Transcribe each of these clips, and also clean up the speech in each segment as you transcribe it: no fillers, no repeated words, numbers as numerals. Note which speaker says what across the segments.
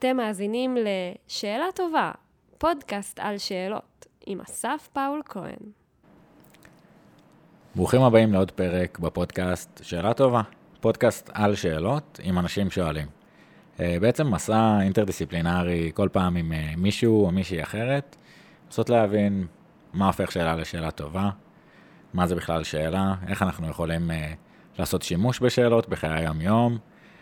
Speaker 1: אתם מאזינים לשאלה טובה, פודקאסט על שאלות, עם אסף פאול כהן.
Speaker 2: ברוכים הבאים לעוד פרק בפודקאסט שאלה טובה, פודקאסט על שאלות עם אנשים שואלים. בעצם מסע אינטרדיסציפלינרי כל פעם עם מישהו או מישהי אחרת, לנסות להבין מה הופך שאלה לשאלה טובה, מה זה בכלל שאלה, איך אנחנו יכולים לעשות שימוש בשאלות בחיי היום-יום,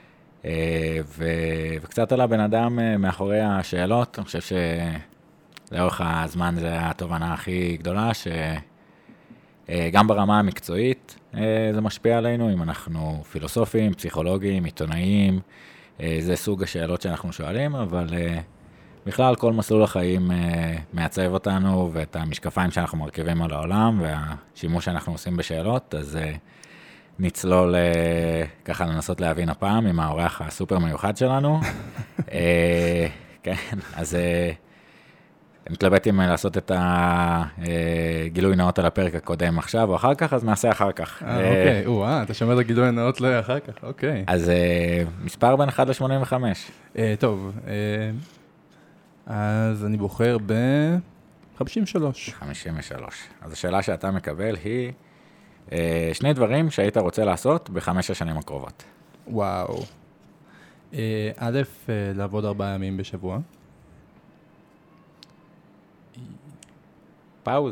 Speaker 2: וקצת על הבן אדם מאחורי השאלות. אני חושב שלאורך הזמן זה התובנה הכי גדולה, שגם ברמה המקצועית זה משפיע עלינו, אם אנחנו פילוסופים, פסיכולוגים, עיתונאים, זה סוג השאלות שאנחנו שואלים, אבל בכלל כל מסלול החיים מעצב אותנו, ואת המשקפיים שאנחנו מרכיבים על העולם, והשימוש שאנחנו עושים בשאלות, אז נצלול ככה לנסות להבין הפעם עם האורח הסופר מיוחד שלנו. כן, אז אני מתלבט אם לעשות את הגילוי נאות על הפרק הקודם עכשיו או אחר כך, אז נעשה אחר כך.
Speaker 3: אוקיי, אתה שומר את הגילוי הנאות לאחר כך, אוקיי.
Speaker 2: אז מספר בין 1 ל-85.
Speaker 3: טוב, אז אני בוחר ב-53.
Speaker 2: 53. אז השאלה שאתה מקבל היא, שני דברים שהיית רוצה לעשות ב5 השנים הקרובות.
Speaker 3: וואו. א', לעבוד 4 ימים בשבוע.
Speaker 2: פאוז.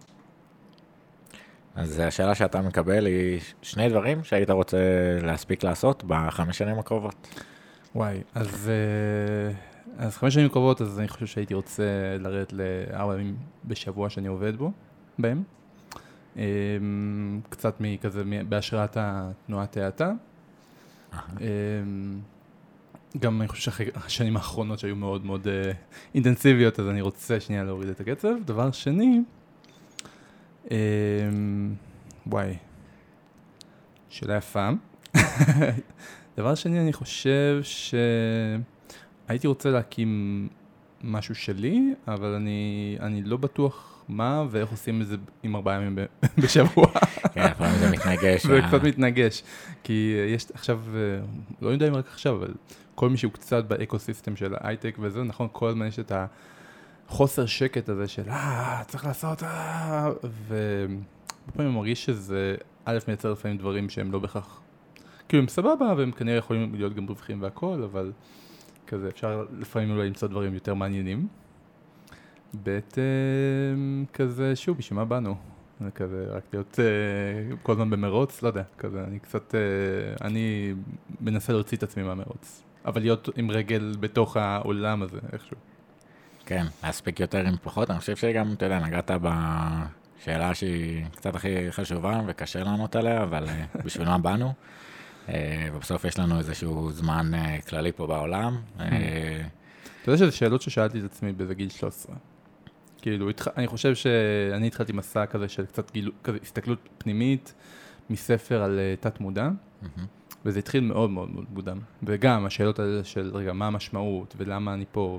Speaker 2: אז השאלה שאתה מקבל היא שני דברים שהיית רוצה להספיק לעשות ב5 שנים הקרובות.
Speaker 3: וואי, אז 5 שנים קרובות, אז אני חושב שהייתי רוצה לרדת ל4 ימים בשבוע שאני עובד בהם. קצת כזה בהשראת התנועת האטה. גם אני חושב שאחרי השנים האחרונות שהיו מאוד מאוד אינטנסיביות, אז אני רוצה שנייה להוריד את הקצב. דבר שני, וואי, שאלה יפה. דבר שני, אני חושב שהייתי רוצה להקים משהו שלי, אבל אני לא בטוח מה ואיך עושים את זה עם 4 ימים בשבוע.
Speaker 2: כן, לפעמים זה מתנגש.
Speaker 3: זה קצת מתנגש, כי יש עכשיו, לא יודע אם רק עכשיו, אבל כל מי שהוא קצת באקוסיסטם של ההייטק וזה, נכון, כל הזמן יש את החוסר שקט הזה של, צריך לעשות, ובפעמים אני מרגיש שזה, מייצר לפעמים דברים שהם לא בכך, כאילו הם סבבה, והם כנראה יכולים להיות גם רווחים והכל, אבל כזה אפשר לפעמים אולי למצוא דברים יותר מעניינים. כזה, שוב, בשביל מה באנו? כזה, רק להיות כל הזמן במרוץ, לא יודע, כזה, אני מנסה להוציא את עצמי מהמרוץ, אבל להיות עם רגל בתוך העולם הזה, איכשהו.
Speaker 2: כן, להספיק יותר עם פחות, אני חושב שגם, אתה יודע, נגעת בשאלה שהיא קצת הכי חשובה וקשה לענות עליה, אבל בשביל מה באנו, ובסוף יש לנו איזשהו זמן כללי פה בעולם.
Speaker 3: אתה יודע שזה שאלות ששאלתי את עצמי באיזה גיל 13. כאילו, אני חושב שאני התחלתי מסע כזה של קצת כזה הסתכלות פנימית מספר על תת מודע, וזה התחיל מאוד מאוד מאוד מוקדם. וגם השאלות האלה של, רגע, מה המשמעות ולמה אני פה,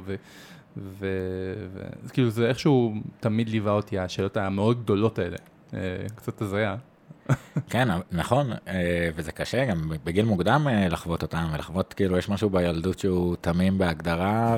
Speaker 3: כאילו זה איכשהו תמיד ליווה אותי, השאלות המאוד גדולות האלה. קצת הזיה.
Speaker 2: כן, נכון, וזה קשה גם בגיל מוקדם לחוות אותם, ולחוות כאילו יש משהו בילדות שהוא תמים בהגדרה,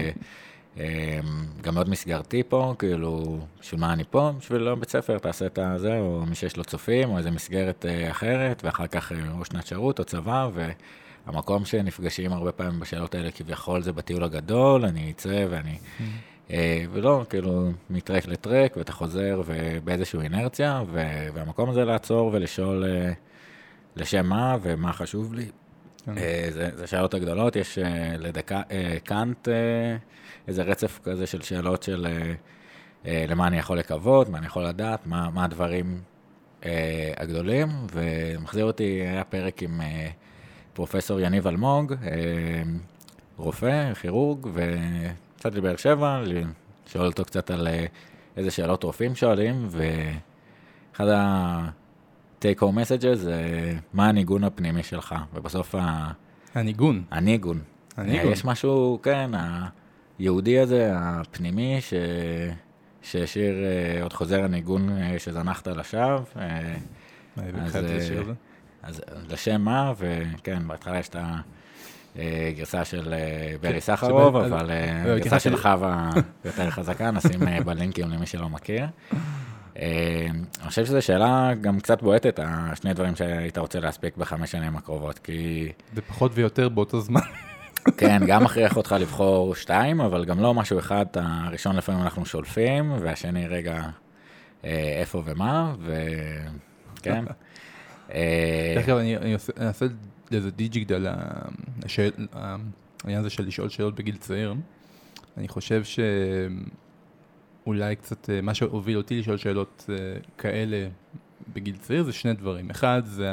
Speaker 2: גם מאוד מסגרתי פה, כאילו, בשביל מה אני פה? בשביל בית ספר, תעשה את זה, או מי שיש לו צופים, או איזו מסגרת אחרת, ואחר כך או שנת שירות, או צבא, והמקום שנפגשים הרבה פעמים בשאלות האלה, כביכול זה בטיול הגדול, אני אצא ואני... ולא, כאילו, מטרק לטרק, ואתה חוזר ובאיזשהו אינרציה, והמקום הזה לעצור ולשאול לשם מה ומה חשוב לי. זה שאלות הגדולות, יש קאנט איזה רצף כזה של שאלות של למה אני יכול לקוות, מה אני יכול לדעת, מה הדברים הגדולים, ומחזיר אותי, היה פרק עם פרופסור יניב אלמוג, רופא, כירורג, וקצת לבאר שבע, לשאול אותו קצת על איזה שאלות רופאים שואלים, ואחד take home messages זה מה הניגון הפנימי שלך, ובסוף
Speaker 3: הניגון.
Speaker 2: יש משהו, כן, היהודי הזה, הפנימי, שהשאיר עוד חוזר הניגון שזנחת לשווא.
Speaker 3: אז
Speaker 2: לשם מה, וכן, בהתחלה יש את גרסה של ברי סחרוב, אבל גרסה של חווה יותר חזקה, נשים בלינקים למי שלא מכיר. אני חושב שזו שאלה גם קצת בועטת, השני דברים שהיית רוצה להספיק ב5 שנים הקרובות, כי...
Speaker 3: זה פחות ויותר באותו זמן.
Speaker 2: כן, גם מכריח אותך לבחור 2, אבל גם לא משהו אחד, הראשון לפעמים אנחנו שולפים, והשני רגע איפה ומה, וכן.
Speaker 3: דרך אגב, אני אעשה איזה דיג'יג על העניין הזה של לשאול שאלות בגיל צעיר. אני חושב שאולי קצת מה שהוביל אותי לשאול שאלות כאלה בגיל צעיר זה שני דברים. אחד זה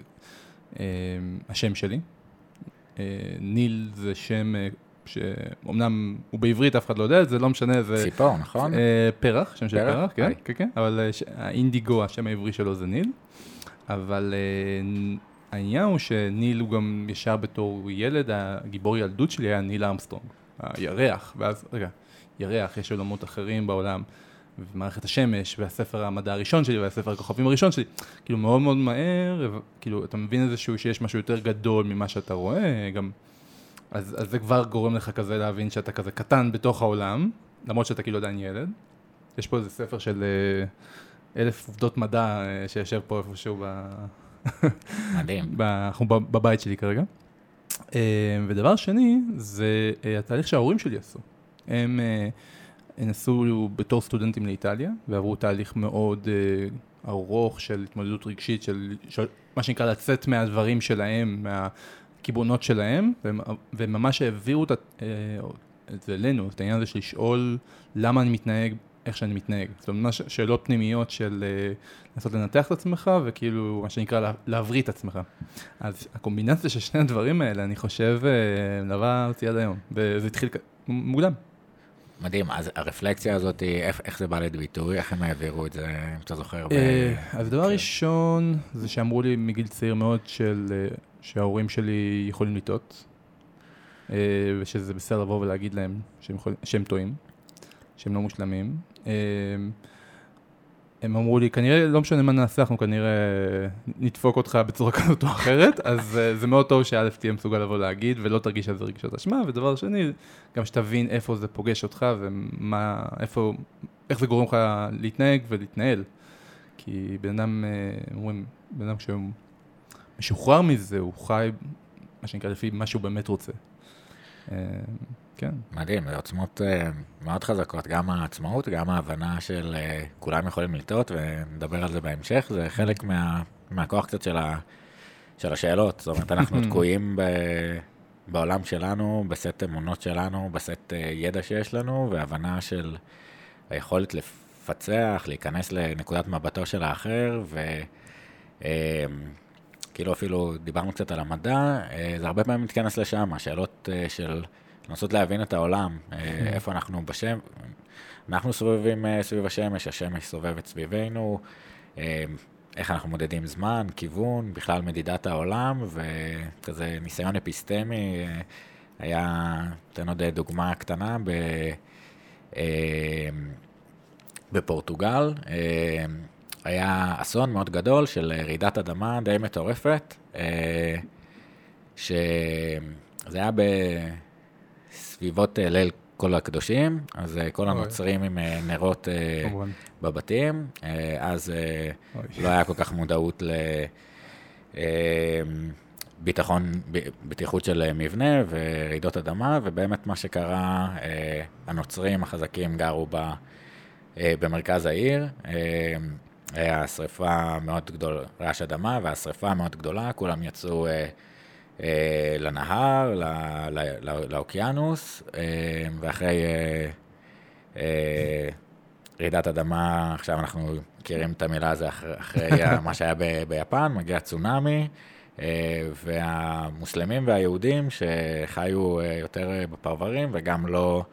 Speaker 3: השם שלי. ניל זה שם שאומנם הוא בעברית, אף אחד לא יודע, זה לא משנה, זה...
Speaker 2: ציפור, נכון?
Speaker 3: פרח, שם של פרח, כן, כן, אבל האינדיגו, השם העברי שלו זה ניל. אבל העניין הוא שניל הוא גם ישר בתור ילד, הגיבור ילדות שלי היה ניל ארמסטרונג, הירח, ואז, רגע, ירח, יש עולמות אחרים בעולם, ומערכת השמש, והספר המדע הראשון שלי, והספר הכוכבים הראשון שלי, כאילו מאוד מאוד מהר, כאילו אתה מבין איזשהו שיש משהו יותר גדול ממה שאתה רואה, גם, אז זה כבר גורם לך כזה להבין שאתה כזה קטן בתוך העולם, למרות שאתה כאילו עדיין ילד. יש פה איזה ספר של 1000 עובדות מדע שישב פה איפשהו
Speaker 2: מדהים.
Speaker 3: אנחנו בבית שלי כרגע. ודבר שני, זה התהליך שההורים שלי עשו. הם נסעו בתור סטודנטים לאיטליה, ועברו תהליך מאוד ארוך של התמודדות רגשית, של מה שנקרא לצאת מהדברים שלהם, מהכיבונות שלהם, וממש העבירו את זה אלינו, את העניין הזה של לשאול למה אני מתנהג, איך שאני מתנהג. זאת אומרת, שאלות פנימיות של לנסות לנתח את עצמך, וכאילו, מה שנקרא, להבריא את עצמך. אז הקומבינציה של שני הדברים האלה, אני חושב, נבע אותי עד היום, וזה התחיל מוקדם.
Speaker 2: מדהים, אז הרפלקציה הזאת, איך זה בא לידי ביטוי, איך הם העבירו את זה, אם אתה זוכר?
Speaker 3: אז דבר ראשון, זה שאמרו לי מגיל צעיר מאוד שההורים שלי יכולים לטעות, ושזה בסדר לבוא ולהגיד להם שהם טועים, שהם לא מושלמים. הם אמרו לי, כנראה, לא משנה מה נעשה, אנחנו כנראה נדפוק אותך בצורה כזאת או אחרת, אז זה מאוד טוב שא' תהיה מסוגל לבוא להגיד, ולא תרגיש על זה רגשות אשמה, ודבר שני, גם שתבין איפה זה פוגש אותך, איך זה גורם לך להתנהג ולהתנהל. כי בן אדם, אומרים, בן אדם כשהוא משוחרר מזה, הוא חי, מה שנקרא, לפי מה שהוא באמת רוצה. כן.
Speaker 2: מדהים, זה עוצמות מאוד חזקות, גם העצמאות, גם ההבנה של כולם יכולים לטעות, ונדבר על זה בהמשך, זה חלק מהכוח קצת של השאלות, זאת אומרת, אנחנו תקועים בעולם שלנו, בסט אמונות שלנו, בסט ידע שיש לנו, והבנה של היכולת לפצח, להיכנס לנקודת מבטו של האחר, וכאילו אפילו דיברנו קצת על המדע, זה הרבה פעמים מתכנס לשם, השאלות של לנסות להבין את העולם, איפה אנחנו אנחנו סובבים סביב השמש, השמש סובבת סביבנו, איך אנחנו מודדים זמן, כיוון, בכלל מדידת העולם, וכזה ניסיון אפיסטמי, היה, תן עוד דוגמה קטנה, בפורטוגל, היה אסון מאוד גדול של רעידת אדמה די מטורפת, שזה היה בסביבות ליל כל הקדושים, אז כל הנוצרים עם נרות בבתים, אז לא היה כל כך מודעות לביטחון, בטיחות של מבנה ורעידות אדמה, ובאמת מה שקרה, הנוצרים החזקים גרו במרכז העיר, היה שריפה מאוד גדולה, רעש אדמה, והשריפה מאוד גדולה, כולם יצאו לנהר, לאוקיינוס, ואחרי רעידת אדמה, עכשיו אנחנו מכירים את המילה הזו אחרי מה שהיה ביפן, מגיע צונאמי, והמוסלמים והיהודים שחיו יותר בפרברים וגם לא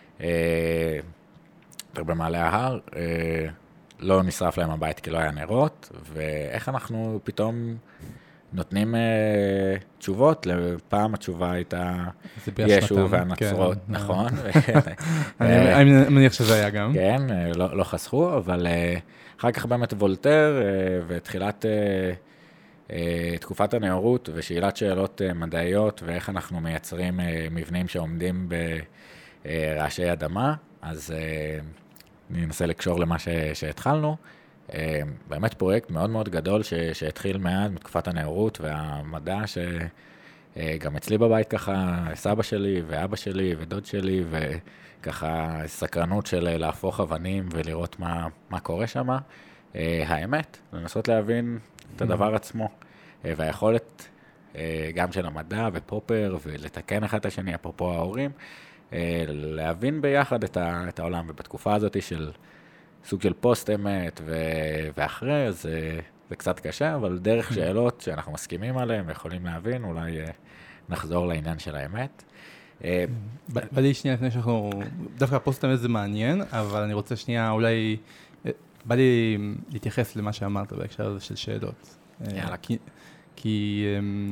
Speaker 2: יותר במעלה ההר, לא נשרף להם הבית כי לא היה נרות, ואיך אנחנו פתאום נותנים תשובות, לפעם התשובה הייתה ישו והנצרות, נכון?
Speaker 3: אני מניח שזה היה גם.
Speaker 2: כן, לא חסכו, אבל אחר כך באמת וולטר ותחילת תקופת הנאורות ושאלת שאלות מדעיות ואיך אנחנו מייצרים מבנים שעומדים ברעשי אדמה, אז אני אנסה לקשור למה שהתחלנו. באמת פרויקט מאוד מאוד גדול שהתחיל מעט מתקופת הנאורות והמדע שגם אצלי בבית ככה, סבא שלי ואבא שלי ודוד שלי וככה סקרנות של להפוך אבנים ולראות מה קורה שם. האמת, לנסות להבין את הדבר עצמו והיכולת גם של המדע ופופר ולתקן אחד את השני, אפרופו ההורים, להבין ביחד את העולם, ובתקופה הזאת של סוג של פוסט אמת ואחרי, אז זה קצת קשה, אבל דרך שאלות שאנחנו מסכימים עליהן ויכולים להבין, אולי נחזור לעניין של האמת.
Speaker 3: בא לי שנייה לפני שאנחנו, דווקא הפוסט אמת זה מעניין, אבל אני רוצה שנייה אולי, בא לי להתייחס למה שאמרת בהקשר הזה של שאלות.
Speaker 2: יאללה.
Speaker 3: כי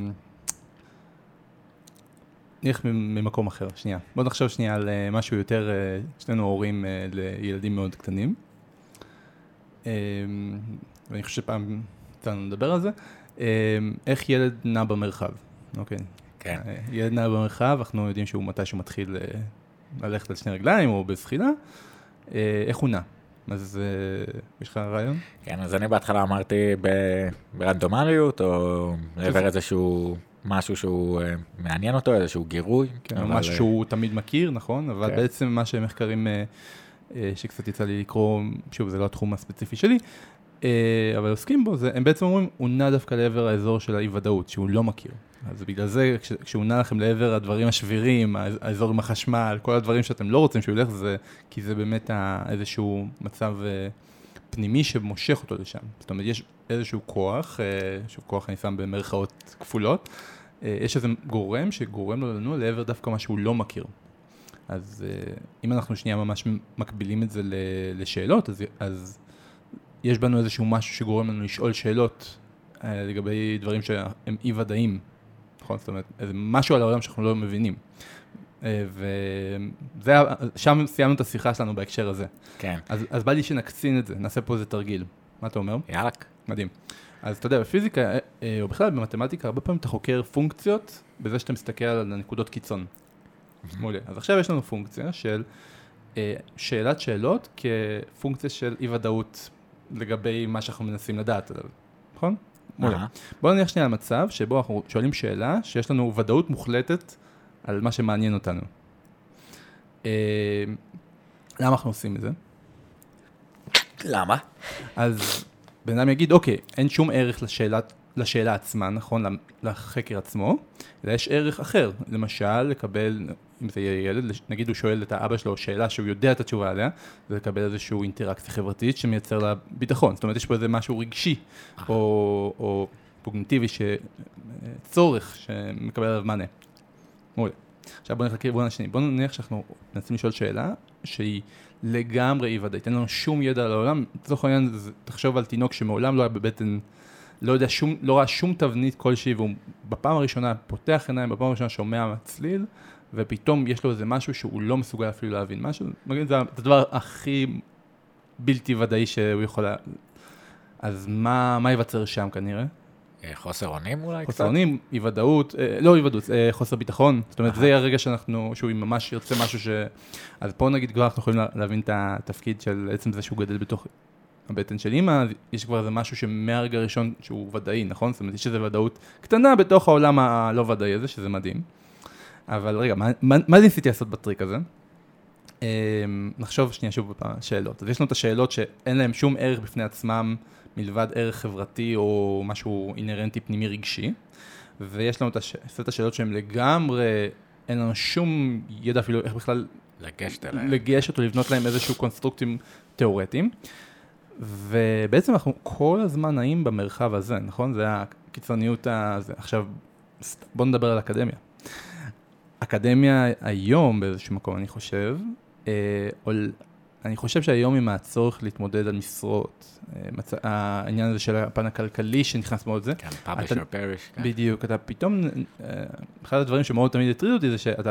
Speaker 3: נלך ממקום אחר, שנייה. בוא נחשוב שנייה על משהו יותר, שנינו הורים לילדים מאוד קטנים. ואני חושב שפעם יצאנו לדבר על זה. איך ילד נע במרחב, אוקיי?
Speaker 2: כן.
Speaker 3: ילד נע במרחב, אנחנו יודעים שהוא מתי שהוא מתחיל ללכת על שני רגליים או בזחילה. איך הוא נע? אז יש לך רעיון?
Speaker 2: כן, אז אני בהתחלה אמרתי ברנדומליות, או לעבר איזשהו משהו שהוא מעניין אותו, איזשהו גירוי.
Speaker 3: כן, משהו שהוא תמיד מכיר, נכון? אבל בעצם מה שמחקרים שקצת יצא לי לקרוא, שוב, זה לא התחום הספציפי שלי, אבל עוסקים בו, הם בעצם אומרים, הוא נע דווקא לעבר האזור של האי-ודאות, שהוא לא מכיר. אז בגלל זה, כשהוא נע לכם לעבר הדברים השבירים, האזור עם החשמל, כל הדברים שאתם לא רוצים שהוא ילך, כי זה באמת איזשהו מצב פנימי שמושך אותו לשם. זאת אומרת, יש איזשהו כוח, שוב כוח אני שם במרכאות כפולות, יש איזה גורם שגורם לו לנוע לעבר דווקא מה שהוא לא מכיר. אז אם אנחנו שנייה ממש מקבילים את זה לשאלות, אז יש בנו איזשהו משהו שגורם לנו לשאול שאלות לגבי דברים שהם אי-ודאיים, נכון? זאת אומרת, איזה משהו על העולם שאנחנו לא מבינים. ושם סיימנו את השיחה שלנו בהקשר הזה.
Speaker 2: כן.
Speaker 3: אז בא לי שנקצין את זה, נעשה פה איזה תרגיל. מה אתה אומר?
Speaker 2: יאללה.
Speaker 3: מדהים. אז אתה יודע, בפיזיקה, או בכלל במתמטיקה, הרבה פעמים אתה חוקר פונקציות בזה שאתה מסתכל על הנקודות קיצון. מעולה. אז עכשיו יש לנו פונקציה של שאלת שאלות כפונקציה של אי-ודאות לגבי מה שאנחנו מנסים לדעת עליו. נכון? מעולה. בואו נניח שנייה על מצב שבו אנחנו שואלים שאלה שיש לנו ודאות מוחלטת על מה שמעניין אותנו. למה אנחנו עושים את זה?
Speaker 2: למה?
Speaker 3: אז בן אדם יגיד, אוקיי, אין שום ערך לשאלה עצמה, נכון, לחקר עצמו, אלא יש ערך אחר. למשל, לקבל, אם זה יהיה ילד, נגיד הוא שואל את האבא שלו שאלה שהוא יודע את התשובה עליה, זה לקבל איזושהי אינטראקציה חברתית שמייצר לה ביטחון. זאת אומרת, יש פה איזה משהו רגשי, או קוגניטיבי, צורך שמקבל עליו מענה. מעולה. עכשיו בוא נלך לכיוון השני. בוא נניח שאנחנו מנסים לשאול שאלה שהיא לגמרי אי ודאית. אין לנו שום ידע על העולם. לצורך העניין, תחשוב על תינוק שמעולם לא היה בבטן, לא ראה שום תבנית כלשהי, והוא בפעם הראשונה פותח עיניים, בפעם הראשונה שומע צליל, ופתאום יש לו איזה משהו שהוא לא מסוגל אפילו להבין משהו. זה הדבר הכי בלתי ודאי שהוא יכול אז מה ייווצר שם כנראה?
Speaker 2: חוסר אונים אולי?
Speaker 3: חוסר אונים, אי ודאות, לא אי ודאות, חוסר ביטחון. זאת אומרת, זה הרגע שהוא ממש ירצה משהו אז פה נגיד כבר אנחנו יכולים להבין את התפקיד של עצם זה שהוא גדל בתוך הבטן של אמא, יש כבר איזה משהו שמהרגע הראשון שהוא ודאי, נכון? זאת אומרת, יש איזו ודאות קטנה בתוך העולם הלא ודאי הזה, שזה מדהים. אבל רגע, מה ניסיתי לעשות בטריק הזה? נחשוב שנייה שוב בשאלות. אז יש לנו את השאלות שאין להם שום ערך בפני עצמם, מלבד ערך חברתי או משהו אינרנטי פנימי רגשי, ויש לנו את סט השאלות שהן לגמרי, אין לנו שום ידע אפילו איך בכלל לגשת או לבנות להם איזשהו קונסטרוקטים תיאורטיים, ובעצם אנחנו כל הזמן נעים במרחב הזה, נכון? זה הקיצוניות הזה. עכשיו, בוא נדבר על אקדמיה. אקדמיה היום באיזשהו מקום, אני חושב שהיום עם הצורך להתמודד על משרות, העניין הזה של הפן הכלכלי שנכנס מאוד זה.
Speaker 2: כן, publish or perish.
Speaker 3: בדיוק, אתה פתאום, אחד הדברים שמאוד תמיד הטריד אותי זה שאתה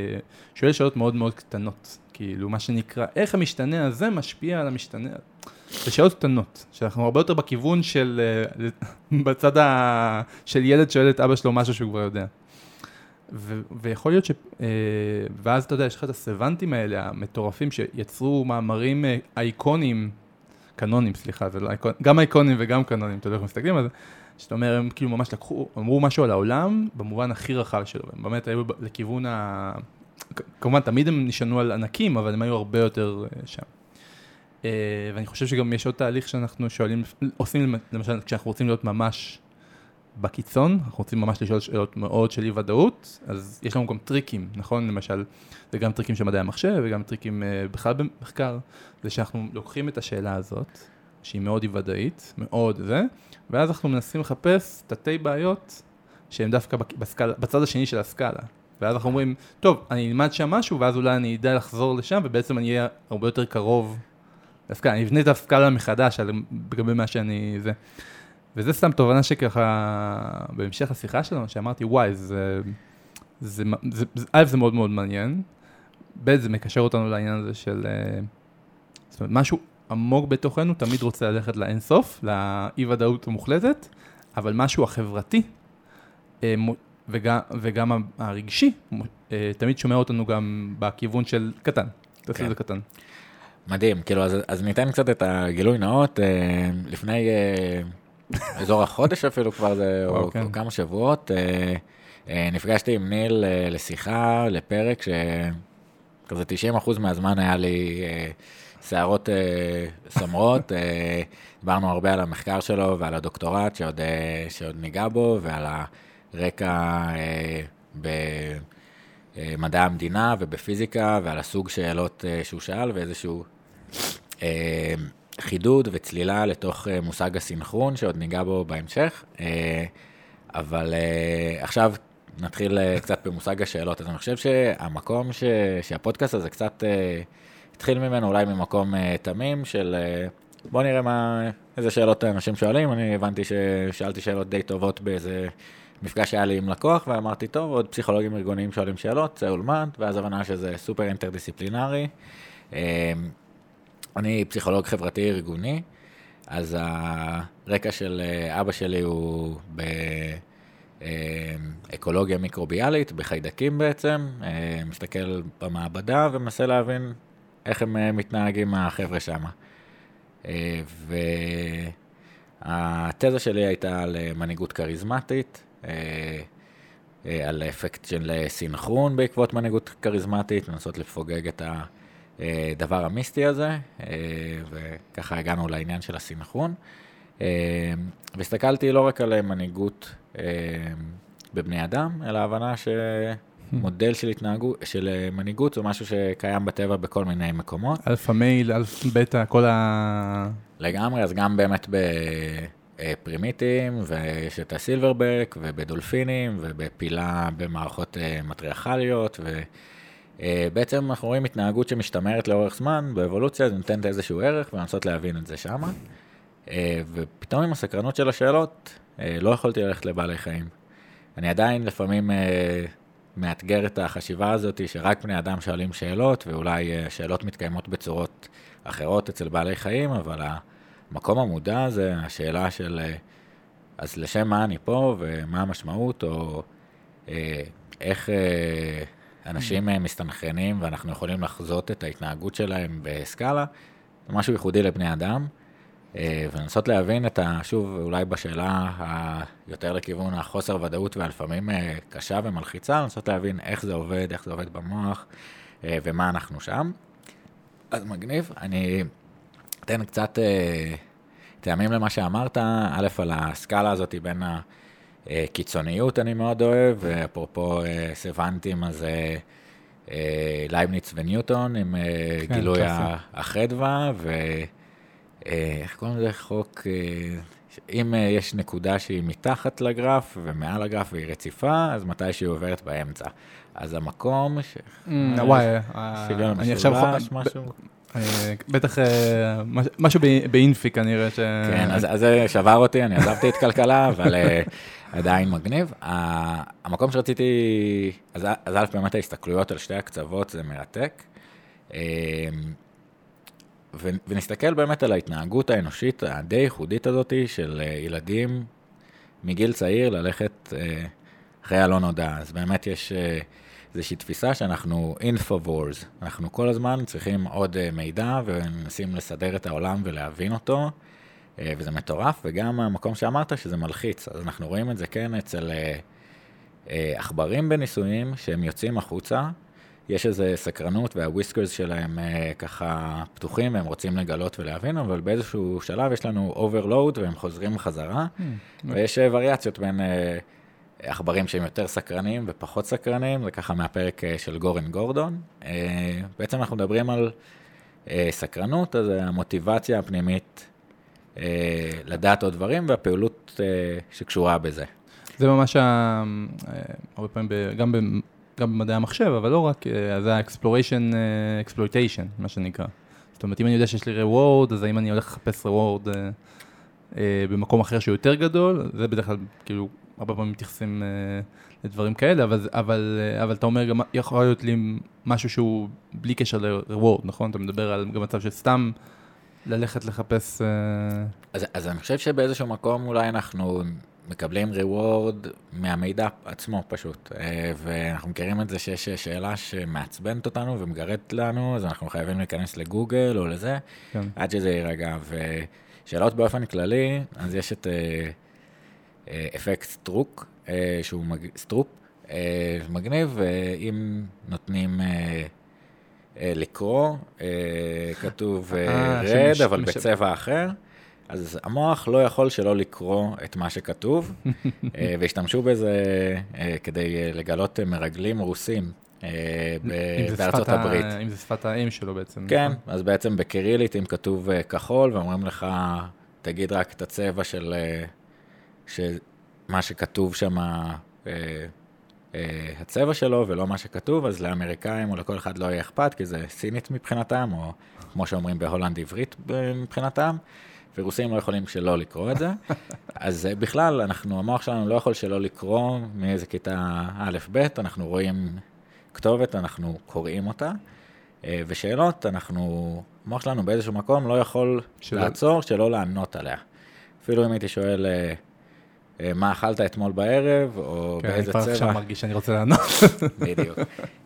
Speaker 3: שואל שאלות מאוד מאוד קטנות, כאילו מה שנקרא, איך המשתנה הזה משפיע על המשתנה. זה שאלות קטנות, שאנחנו הרבה יותר בכיוון של, בצד של ילד שואל את אבא שלו משהו שהוא כבר יודע. ויכול להיות ואז אתה יודע, יש לך את הסוונטים האלה, המטורפים שיצרו מאמרים אייקונים, קנונים, סליחה, זה לא אייקונים, גם אייקונים וגם קנונים, אתה יודע איך מסתכלים על זה, שאתה אומר, הם כאילו ממש אמרו משהו על העולם, במובן הכי רחב שלו, הם באמת היו לכיוון כמובן, תמיד הם נשענו על ענקים, אבל הם היו הרבה יותר שם. ואני חושב שגם יש עוד תהליך שאנחנו שואלים, עושים למשל, כשאנחנו רוצים להיות ממש בקיצון, אנחנו רוצים ממש לשאול שאלות מאוד של אי-ודאות, אז יש לנו גם טריקים, נכון? למשל, זה גם טריקים של מדעי המחשב, וגם טריקים בכלל במחקר, זה שאנחנו לוקחים את השאלה הזאת, שהיא מאוד אי-ודאית, מאוד זה, ואז אנחנו מנסים לחפש תתי בעיות, שהן דווקא בצד השני של הסקאלה. ואז אנחנו אומרים, טוב, אני אלמד שם משהו, ואז אולי אני אדע לחזור לשם, ובעצם אני אהיה הרבה יותר קרוב לסקאלה. אני אבנה את הסקאלה מחדש, בגבי מה שאני זה. וזה סתם תובנה שככה, בהמשך השיחה שלנו, שאמרתי, וואי, זה מאוד מאוד מעניין. ב' זה מקשר אותנו לעניין הזה של, זאת אומרת, משהו עמוק בתוכנו, תמיד רוצה ללכת לאינסוף, לאי-ודאות המוחלטת, אבל משהו החברתי, וגם הרגשי, תמיד שומע אותנו גם בכיוון של קטן. תעשו את זה קטן.
Speaker 2: מדהים, כאילו, אז ניתן קצת את הגילוי נאות, לפני אזור החודש אפילו כבר, או כמה שבועות, נפגשתי עם ניל לשיחה, לפרק, שכזה 90% מהזמן היה לי שערות סמרות, דיברנו הרבה על המחקר שלו ועל הדוקטורט שעוד ניגע בו, ועל הרקע במדעי המדינה ובפיזיקה, ועל הסוג שאלות שהוא שאל, ואיזשהו חידוד וצלילה לתוך מושג הסינכרון, שעוד ניגע בו בהמשך. אבל עכשיו נתחיל קצת במושג השאלות. אז אני חושב שהמקום שהפודקאסט הזה קצת התחיל ממנו, אולי ממקום תמים של בוא נראה איזה שאלות אנשים שואלים. אני הבנתי ששאלתי שאלות די טובות באיזה מפגש שהיה לי עם לקוח, ואמרתי, טוב, עוד פסיכולוגים ארגוניים שואלים שאלות, זה אולמד, ואז הבנה שזה סופר אינטרדיסציפלינרי. אני פסיכולוג חברתי ארגוני, אז הרקע של אבא שלי הוא באקולוגיה מיקרוביאלית, בחיידקים בעצם, מסתכל במעבדה ומנסה להבין איך הם מתנהגים החבר'ה שם. והתזה שלי הייתה על מנהיגות כריזמטית, על אפקט של סינכרון בעקבות מנהיגות כריזמטית, לנסות לפוגג את הדבר המיסטי הזה, וככה הגענו לעניין של הסינכרון. והסתכלתי לא רק על מנהיגות בבני אדם, אלא הבנה שמודל של מנהיגות זה משהו שקיים בטבע בכל מיני מקומות.
Speaker 3: אלפא מייל, אלפא בטא, כל
Speaker 2: לגמרי, אז גם באמת בפרימיטים, ויש את הסילברבק, ובדולפינים, ובפילה במערכות מטריארכליות, ובעצם אנחנו רואים התנהגות שמשתמרת לאורך זמן, באבולוציה זה נותנת איזשהו ערך, ולנסות להבין את זה שמה. ופתאום עם הסקרנות של השאלות, לא יכולתי ללכת לבעלי חיים. אני עדיין לפעמים מאתגר את החשיבה הזאת, שרק בני אדם שואלים שאלות, ואולי שאלות מתקיימות בצורות אחרות אצל בעלי חיים, אבל המקום המודע זה השאלה של, אז לשם מה אני פה, ומה המשמעות, או איך אנשים מסתנכרנים, ואנחנו יכולים לחזות את ההתנהגות שלהם בסקאלה, זה משהו ייחודי לבני אדם, ולנסות להבין את שוב, אולי בשאלה היותר לכיוון החוסר ודאות, ולפעמים קשה ומלחיצה, לנסות להבין איך זה עובד במוח, ומה אנחנו שם. אז מגניב, אני אתן קצת טעמים למה שאמרת, א' על הסקאלה הזאת בין הקיצוניות אני מאוד אוהב, ואפרופו סוונטים, אז לייבניץ וניוטון עם גילוי החדווה, ואיך קוראים לזה חוק, אם יש נקודה שהיא מתחת לגרף ומעל הגרף והיא רציפה, אז מתי שהיא עוברת באמצע. אז המקום
Speaker 3: וואי,
Speaker 2: אני עכשיו משהו.
Speaker 3: בטח משהו באינפי כנראה ש...
Speaker 2: כן, אז זה שבר אותי, אני עזבתי את כלכלה, אבל עדיין מגניב. המקום שרציתי, אז א' באמת ההסתכלויות על שתי הקצוות זה מרתק. ונסתכל באמת על ההתנהגות האנושית הדי ייחודית הזאת של ילדים מגיל צעיר ללכת אחרי הלא נודע. אז באמת יש איזושהי תפיסה שאנחנו infovores, אנחנו כל הזמן צריכים עוד מידע ומנסים לסדר את העולם ולהבין אותו, וזה מטורף, וגם המקום שאמרת שזה מלחיץ, אז אנחנו רואים את זה כן אצל עכברים בניסויים שהם יוצאים החוצה, יש איזו סקרנות והוויסקרס שלהם ככה פתוחים, הם רוצים לגלות ולהבין, אבל באיזשהו שלב יש לנו overload והם חוזרים חזרה, ויש וריאציות בין עכברים שהם יותר סקרנים ופחות סקרנים, זה ככה מהפרק של גורן גורדון. בעצם אנחנו מדברים על סקרנות, אז המוטיבציה הפנימית לדעת עוד דברים והפעילות שקשורה בזה.
Speaker 3: זה ממש הרבה פעמים גם במדעי המחשב, אבל לא רק, זה ה-exploitation, מה שנקרא. זאת אומרת, אם אני יודע שיש לי reward, אז האם אני הולך לחפש reward במקום אחר שהוא יותר גדול, זה בדרך כלל, כאילו, הרבה פעמים מתייחסים לדברים כאלה, אבל אתה אומר, גם יכול להיות לי משהו שהוא בלי קשר ל-reward, נכון? אתה מדבר על גם מצב של סתם ללכת לחפש...
Speaker 2: אז אני חושב שבאיזשהו מקום אולי אנחנו מקבלים reward מהמידע עצמו פשוט, ואנחנו מכירים את זה שיש שאלה שמעצבנת אותנו ומגרדת לנו, אז אנחנו חייבים להיכנס לגוגל או לזה, עד שזה יירגע. ושאלות באופן כללי, אז יש את אפקט סטרופ, מגניב, ואם נותנים לקרוא, כתוב רד, אבל בצבע אחר, אז המוח לא יכול שלא לקרוא את מה שכתוב, והשתמשו בזה כדי לגלות מרגלים רוסים בארצות הברית.
Speaker 3: אם זה שפת האם שלו בעצם.
Speaker 2: כן, אז בעצם בקירילית, אם כתוב כחול, ואומרים לך, תגיד רק את הצבע של מה שכתוב שם, הצבע שלו, ולא מה שכתוב, אז לאמריקאים או לכל אחד לא יהיה אכפת, כי זה סינית מבחינתם, או כמו שאומרים בהולנד עברית מבחינתם, ורוסים לא יכולים שלא לקרוא את זה. אז בכלל, המוח שלנו לא יכול שלא לקרוא מאיזה כיתה א' ב', אנחנו רואים כתובת, אנחנו קוראים אותה, ושאלות, המוח שלנו באיזשהו מקום לא יכול לעצור, שלא לענות עליה. אפילו אם הייתי שואל, מה אכלת אתמול בערב, או באיזה צבע.
Speaker 3: כן, אני כבר עכשיו מרגיש שאני רוצה לענות.
Speaker 2: בדיוק.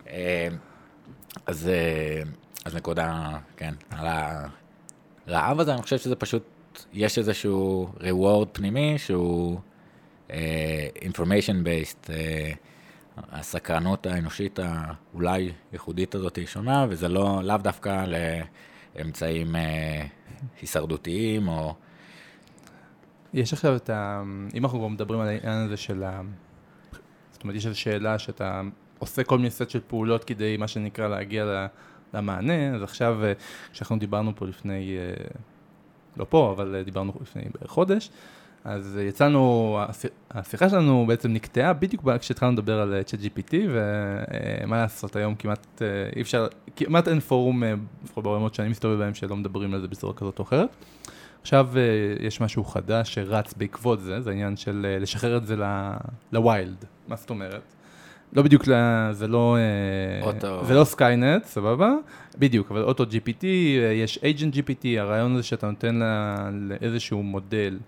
Speaker 2: אז נקודה, כן, על הרעב הזה, אני חושב שזה פשוט, יש איזשהו reward פנימי, שהוא information based, הסקרנות האנושית האולי ייחודית הזאת היא שונה, וזה לאו דווקא לאמצעים הישרדותיים, או...
Speaker 3: יש עכשיו את אם אנחנו כבר מדברים על העניין הזה של זאת אומרת, יש איזו שאלה שאתה עושה כל מיני סט של פעולות כדי, מה שנקרא, להגיע למענה, אז עכשיו, כשאנחנו דיברנו פה לפני, לא פה, אבל דיברנו לפני חודש, אז יצאנו, השיחה שלנו בעצם נקטעה בדיוק כשהתחלנו לדבר על ChatGPT, ומה לעשות היום כמעט אי אפשר, כמעט אין פורום, לפחות בעולמות שאני מסתובב בהם, שלא מדברים על זה בצורה כזאת או אחרת. עכשיו יש משהו חדש שרץ בעקבות זה, זה העניין של לשחרר את זה לוויילד. מה זאת אומרת? לא בדיוק, זה לא סקיינט, סבבה? בדיוק, אבל אוטו GPT, יש agent GPT, הרעיון הזה שאתה נותן לאיזשהו מודל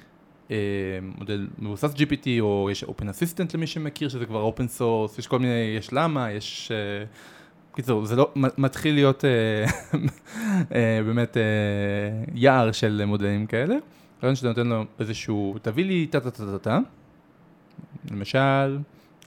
Speaker 3: מבוסס GPT, או יש open assistant למי שמכיר, שזה כבר open source, יש כל מיני, יש למה, יש... קיצור, זה לא, מתחיל להיות באמת יער של מודלים כאלה. רעיון שאתה נותן לו איזשהו, תביא לי טה, למשל,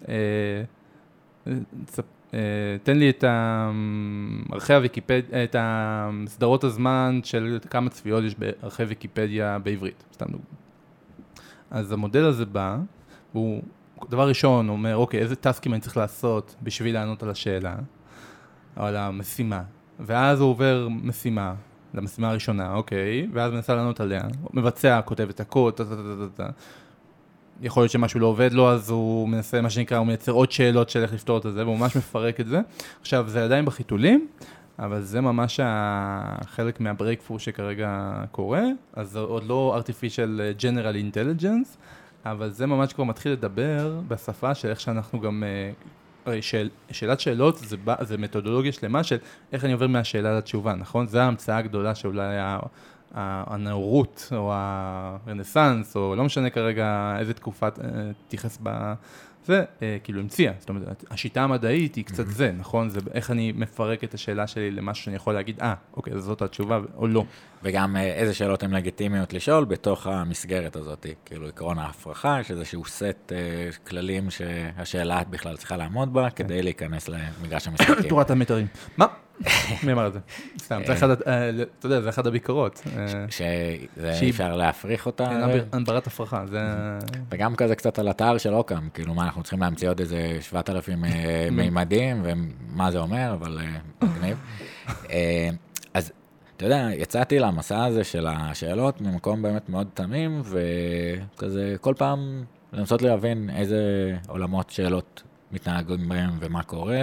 Speaker 3: תן לי את ערכי הוויקיפדיה, את סדרות הזמן של כמה צפיות יש בערכי ויקיפדיה בעברית, סתם דוגמא. אז המודל הזה בא, והוא דבר ראשון אומר, אוקיי, איזה טסקים אני צריך לעשות בשביל לענות על השאלה, או על המשימה, ואז הוא עובר משימה, למשימה הראשונה, אוקיי, ואז מנסה לענות עליה, מבצע, כותב את הקוד, יכול להיות שמשהו לא עובד לו, אז הוא מנסה, מה שנקרא, הוא מייצר עוד שאלות של איך לפתור את זה, והוא ממש מפרק את זה. עכשיו, זה עדיין בחיתולים, אבל זה ממש חלק מהברייקפור שכרגע קורה, אז זה עוד לא artificial general intelligence, אבל זה ממש כבר מתחיל לדבר בשפה של איך שאנחנו גם הרי שאלת שאלות זה מתודולוגיה שלמה של איך אני עובר מהשאלה לתשובה, נכון? זו ההמצאה הגדולה שאולי הנאורות או הרנסנס, או לא משנה כרגע איזה תקופה תיחס בה, זה כאילו המציאה. זאת אומרת, השיטה המדעית היא קצת זה, נכון? זה איך אני מפרק את השאלה שלי למשהו שאני יכול להגיד, אוקיי, אז זאת התשובה או לא.
Speaker 2: וגם איזה שאלות הן לגיטימיות לשאול בתוך המסגרת הזאת. כאילו עקרון ההפרחה, יש איזשהו סט כללים שהשאלה בכלל צריכה לעמוד בה, כדי להיכנס למגרש המשחקים.
Speaker 3: תורת המתרים. מה? מי אמר את זה? סתם, אתה יודע, זה אחד הביקורות.
Speaker 2: שאי אפשר להפריך אותה.
Speaker 3: הנברת הפרחה, זה...
Speaker 2: וגם כזה קצת על אתר של אוקם, כאילו מה, אנחנו צריכים להמציא עוד איזה 7,000 מימדים, ומה זה אומר, אבל מגניב. אז, אתה יודע, יצאתי למסע הזה של השאלות ממקום באמת מאוד תמים, וכזה כל פעם לנסות להבין איזה עולמות שאלות מתנהגים בהם ומה קורה,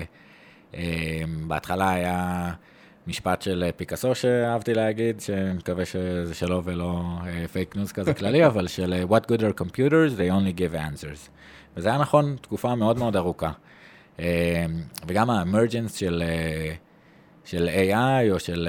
Speaker 2: בהתחלה היה משפט של פיקאסו שאהבתי להגיד, שאני מקווה שזה שלו ולא פייק ניוז כזה כללי, אבל של What good are computers? They only give answers. וזה היה נכון תקופה מאוד מאוד ארוכה. וגם האמרג'נס של AI או של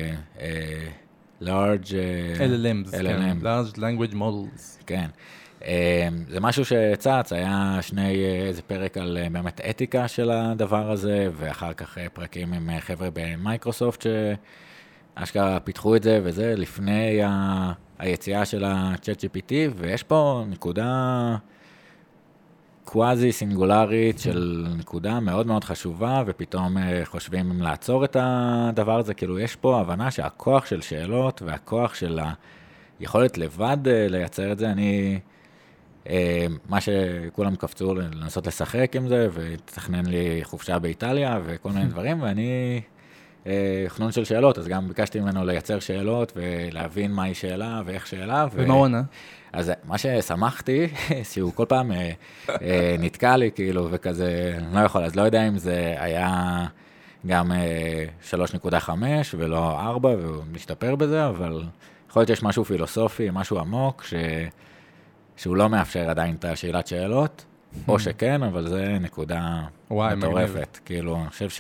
Speaker 2: large
Speaker 3: LLMs, large language models.
Speaker 2: כן. זה משהו שצץ, היה איזה פרק על באמת אתיקה של הדבר הזה, ואחר כך פרקים עם חבר'ה במייקרוסופט שאשכרה פיתחו את זה, וזה לפני היציאה של ה-ChatGPT, ויש פה נקודה קוואזי סינגולרית של נקודה מאוד מאוד חשובה, ופתאום חושבים אם לעצור את הדבר הזה, כאילו יש פה הבנה שהכוח של שאלות והכוח של היכולת לבד לייצר את זה, מה שכולם קפצו לנסות לשחק עם זה, ותכנן לי חופשה באיטליה וכל מיני דברים, ואני חנון של שאלות, אז גם ביקשתי ממנו לייצר שאלות ולהבין מהי שאלה ואיך שאלה.
Speaker 3: ומה הוא ענה?
Speaker 2: אז מה ששמחתי, שהוא כל פעם נתקע לי כאילו, וכזה, לא יכול, אז לא יודע אם זה היה גם 3.5 ולא 4, והוא משתפר בזה, אבל יכול להיות שיש משהו פילוסופי, משהו עמוק, שהוא לא מאפשר עדיין את השאלת שאלות, או שכן, אבל זה נקודה מטורפת. כאילו, אני חושב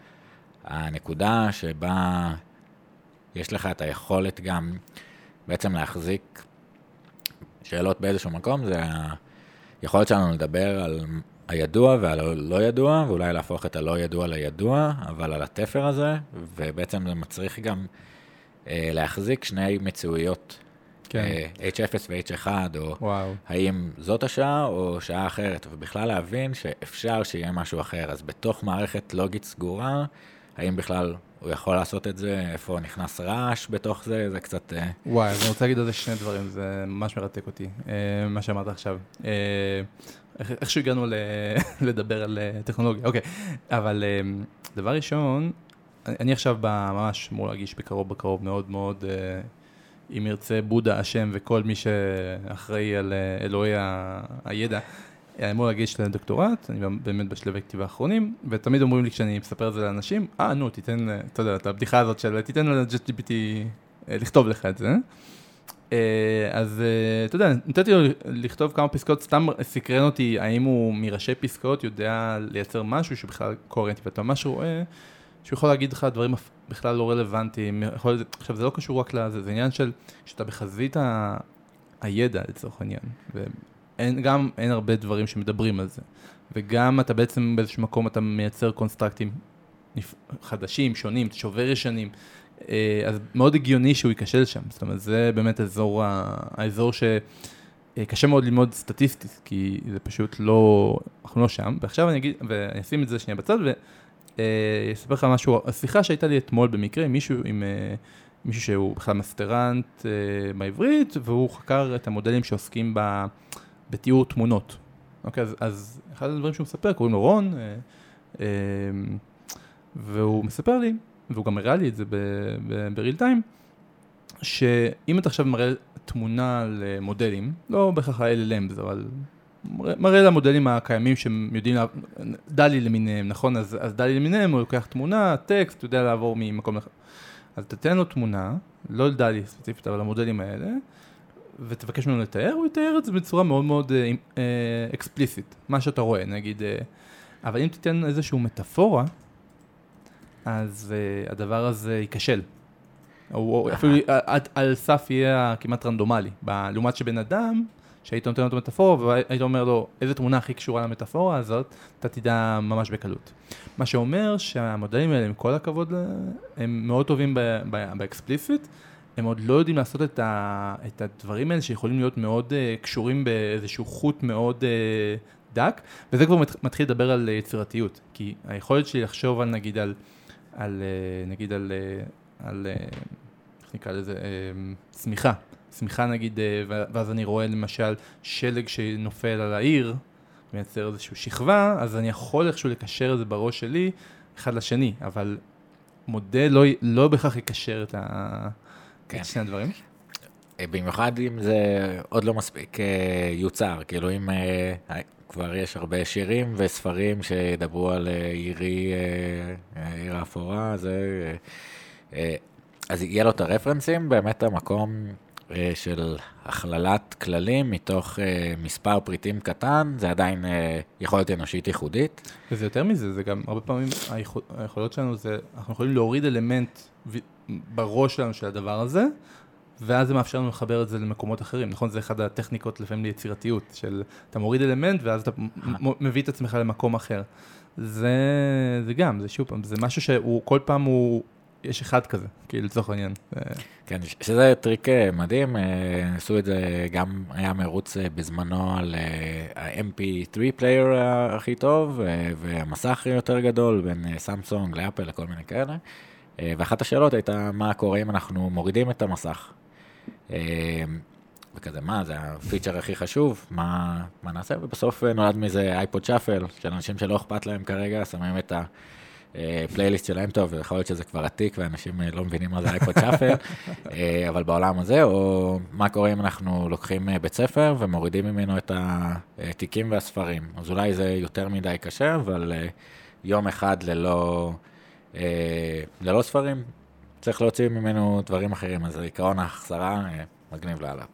Speaker 2: שהנקודה שבה יש לך את היכולת גם בעצם להחזיק שאלות באיזשהו מקום, זה היכולת שלנו לדבר על הידוע ועל הלא ידוע, ואולי להפוך את הלא ידוע לידוע, אבל על התפר הזה, ובעצם זה מצריך גם להחזיק שני מציאויות, H0 ו-H1, או האם זאת השעה או שעה אחרת, ובכלל להבין שאפשר שיהיה משהו אחר. אז בתוך מערכת לוגית סגורה, האם בכלל הוא יכול לעשות את זה, איפה נכנס רעש בתוך זה, זה קצת...
Speaker 3: וואי, אז אני רוצה להגיד על זה שני דברים, זה ממש מרתק אותי, מה שאמרת עכשיו. איכשהו הגענו לדבר על טכנולוגיה, אוקיי. אבל דבר ראשון, אני עכשיו ממש אמור להגיש בקרוב מאוד מאוד, אם ירצה בודה, השם וכל מי שאחראי על אלוהי הידע, אני אמור להגיש לדוקטורט, אני באמת בשלבי כתיבה האחרונים, ותמיד אומרים לי כשאני מספר את זה לאנשים, נו, תיתן, אתה יודע, את הבדיחה הזאת של, תיתן ל-GPT לכתוב לך את זה. אז אתה יודע, נתתי לו לכתוב כמה פסקאות, סתם סקרן אותי, האם הוא מראשי פסקאות יודע לייצר משהו שבכלל קוהרנטי, ואתה ממש רואה שהוא יכול להגיד לך דברים בכלל לא רלוונטיים. עכשיו, זה לא קשור רק לזה, זה עניין של שאתה בחזית הידע לצורך העניין, וגם אין הרבה דברים שמדברים על זה, וגם אתה בעצם באיזשהו מקום אתה מייצר קונסטרקטים חדשים, שונים, שובר ישנים, אז מאוד הגיוני שהוא ייכשל שם. זאת אומרת, זה באמת האזור שקשה מאוד ללמוד סטטיסטית, כי זה פשוט לא, אנחנו לא שם. ועכשיו אני אגיד, ואני אשים את זה שנייה בצד, אספר לך משהו, השיחה שהייתה לי אתמול במקרה עם מישהו שהוא בכלל מסטרנט בעברית, והוא חקר את המודלים שעוסקים בתיאור תמונות. אוקיי, אז אחד הדברים שהוא מספר, קוראים לו רון, והוא מספר לי, והוא גם הראה לי את זה בריל טיים, שאם אתה עכשיו מראה תמונה למודלים, לא בהכרח ה-LLMs, אבל מראה למודלים הקיימים שהם יודעים, דלי למיניהם, נכון? אז דלי למיניהם הוא לוקח תמונה, טקסט, הוא יודע לעבור ממקום אחד. אז תתן לו תמונה, לא לדלי ספציפית, אבל למודלים האלה, ותבקש ממנו לתאר, הוא יתאר את זה בצורה מאוד מאוד אקספליסית. מה שאתה רואה, נגיד, אבל אם תיתן איזשהו מטאפורה, אז הדבר הזה ייכשל. או אפילו על סף יהיה כמעט רנדומלי. לעומת שבן אדם, שהיית נותן אותו מטאפורה, והיית אומר לו, איזה תמונה הכי קשורה למטאפורה הזאת, אתה תדע ממש בקלות. מה שאומר שהמודלים האלה, עם כל הכבוד, הם מאוד טובים באקספליסיט, הם עוד לא יודעים לעשות את הדברים האלה שיכולים להיות מאוד קשורים באיזשהו חוט מאוד דק, וזה כבר מתחיל לדבר על יצירתיות, כי היכולת שלי לחשוב על נגיד על איך נקרא לזה, סמיכה נגיד, ואז אני רואה למשל שלג שנופל על העיר, מייצר איזושהי שכבה, אז אני יכול איכשהו לקשר את זה בראש שלי אחד לשני, אבל מודל לא בכך יקשר את שני הדברים.
Speaker 2: במיוחד אם זה עוד לא מספיק יוצר, כאילו אם כבר יש הרבה שירים וספרים שידברו על עיר האפורה, אז יהיה לו את הרפרנסים, באמת המקום של הכללת כללים מתוך מספר פריטים קטן, זה עדיין יכולת אנושית ייחודית.
Speaker 3: וזה יותר מזה, זה גם הרבה פעמים היכולות שלנו, אנחנו יכולים להוריד אלמנט בראש שלנו של הדבר הזה, ואז זה מאפשר לנו לחבר את זה למקומות אחרים. נכון? זה אחד הטכניקות לפעמים ליצירתיות, של אתה מוריד אלמנט ואז אתה מביא את עצמך למקום אחר. זה גם, זה שוב פעם, זה משהו שהוא כל פעם יש אחד כזה, כאילו לצורך העניין.
Speaker 2: כן, שזה טריק מדהים, עשו את זה, גם היה מרוץ בזמנו על ה-MP3 פלייר הכי טוב, והמסך יותר גדול בין סמסונג לאפל לכל מיני כאלה. ואחת השאלות הייתה, מה קורה אם אנחנו מורידים את המסך? וכזה, מה, זה הפיצ'ר הכי חשוב, מה נעשה? ובסוף נולד מזה אייפוד שפל, של אנשים שלא אכפת להם כרגע, שמים את הפלייליסט שלהם טוב, ויכול להיות שזה כבר עתיק, ואנשים לא מבינים מה זה אייפוד שפל, אבל בעולם הזה, או מה קורה אם אנחנו לוקחים בית ספר, ומורידים ממנו את התיקים והספרים. אז אולי זה יותר מדי קשה, אבל יום אחד ללא ספרים, צריך להוציא ממנו דברים אחרים, אז עיקרון ההחזרה מגניב לעלה.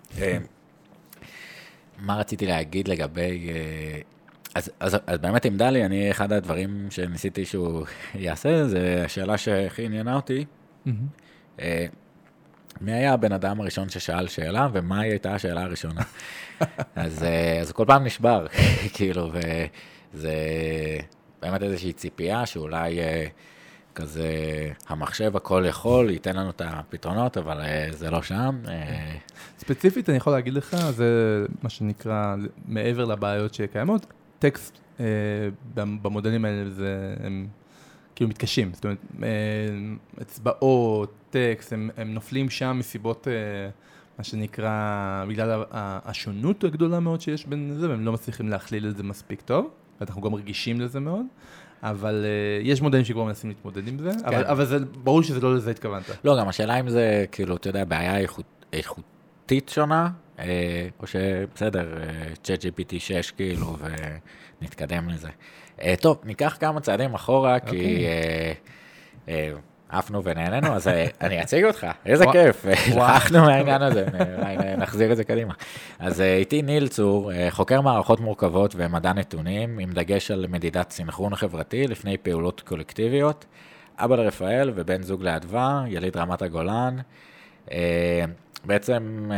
Speaker 2: מה רציתי להגיד לגבי, אז באמת עם דלי, אני אחד הדברים שניסיתי שהוא יעשה, זה השאלה שהכי עניינה אותי, מי היה הבן אדם הראשון ששאל שאלה, ומה הייתה השאלה הראשונה? אז כל פעם נשבר, כאילו, וזה באמת איזושהי ציפייה שאולי כזה המחשב הכל יכול, ייתן לנו את הפתרונות, אבל זה לא שם.
Speaker 3: ספציפית אני יכול להגיד לך, זה מה שנקרא מעבר לבעיות שקיימות, טקסט במודלים האלה הם כאילו מתקשים, זאת אומרת, אצבעות, טקסט, הם נופלים שם מסיבות, מה שנקרא, בגלל השונות הגדולה מאוד שיש בין זה, והם לא מצליחים להכליל את זה מספיק טוב, ואנחנו גם רגישים לזה מאוד. אבל יש מודלים שכבר מנסים להתמודד עם זה, אבל זה ברור שזה לא לזה התכוונת.
Speaker 2: לא, גם השאלה אם זה, כאילו, אתה יודע, בעיה איכותית שונה, או שבסדר, ChatGPT 6, כאילו, ונתקדם לזה. טוב, ניקח כמה צעדים אחורה, כי עפנו ונהננו, אז אני אציג אותך, איזה כיף, לחכנו מהעניין הזה, נחזיר את זה קדימה. אז איתי ניל צור, חוקר מערכות מורכבות ומדע נתונים, עם דגש על מדידת סינכרון חברתי לפני פעולות קולקטיביות, אבא לרפאל ובן זוג לאדווה, יליד רמת הגולן, בעצם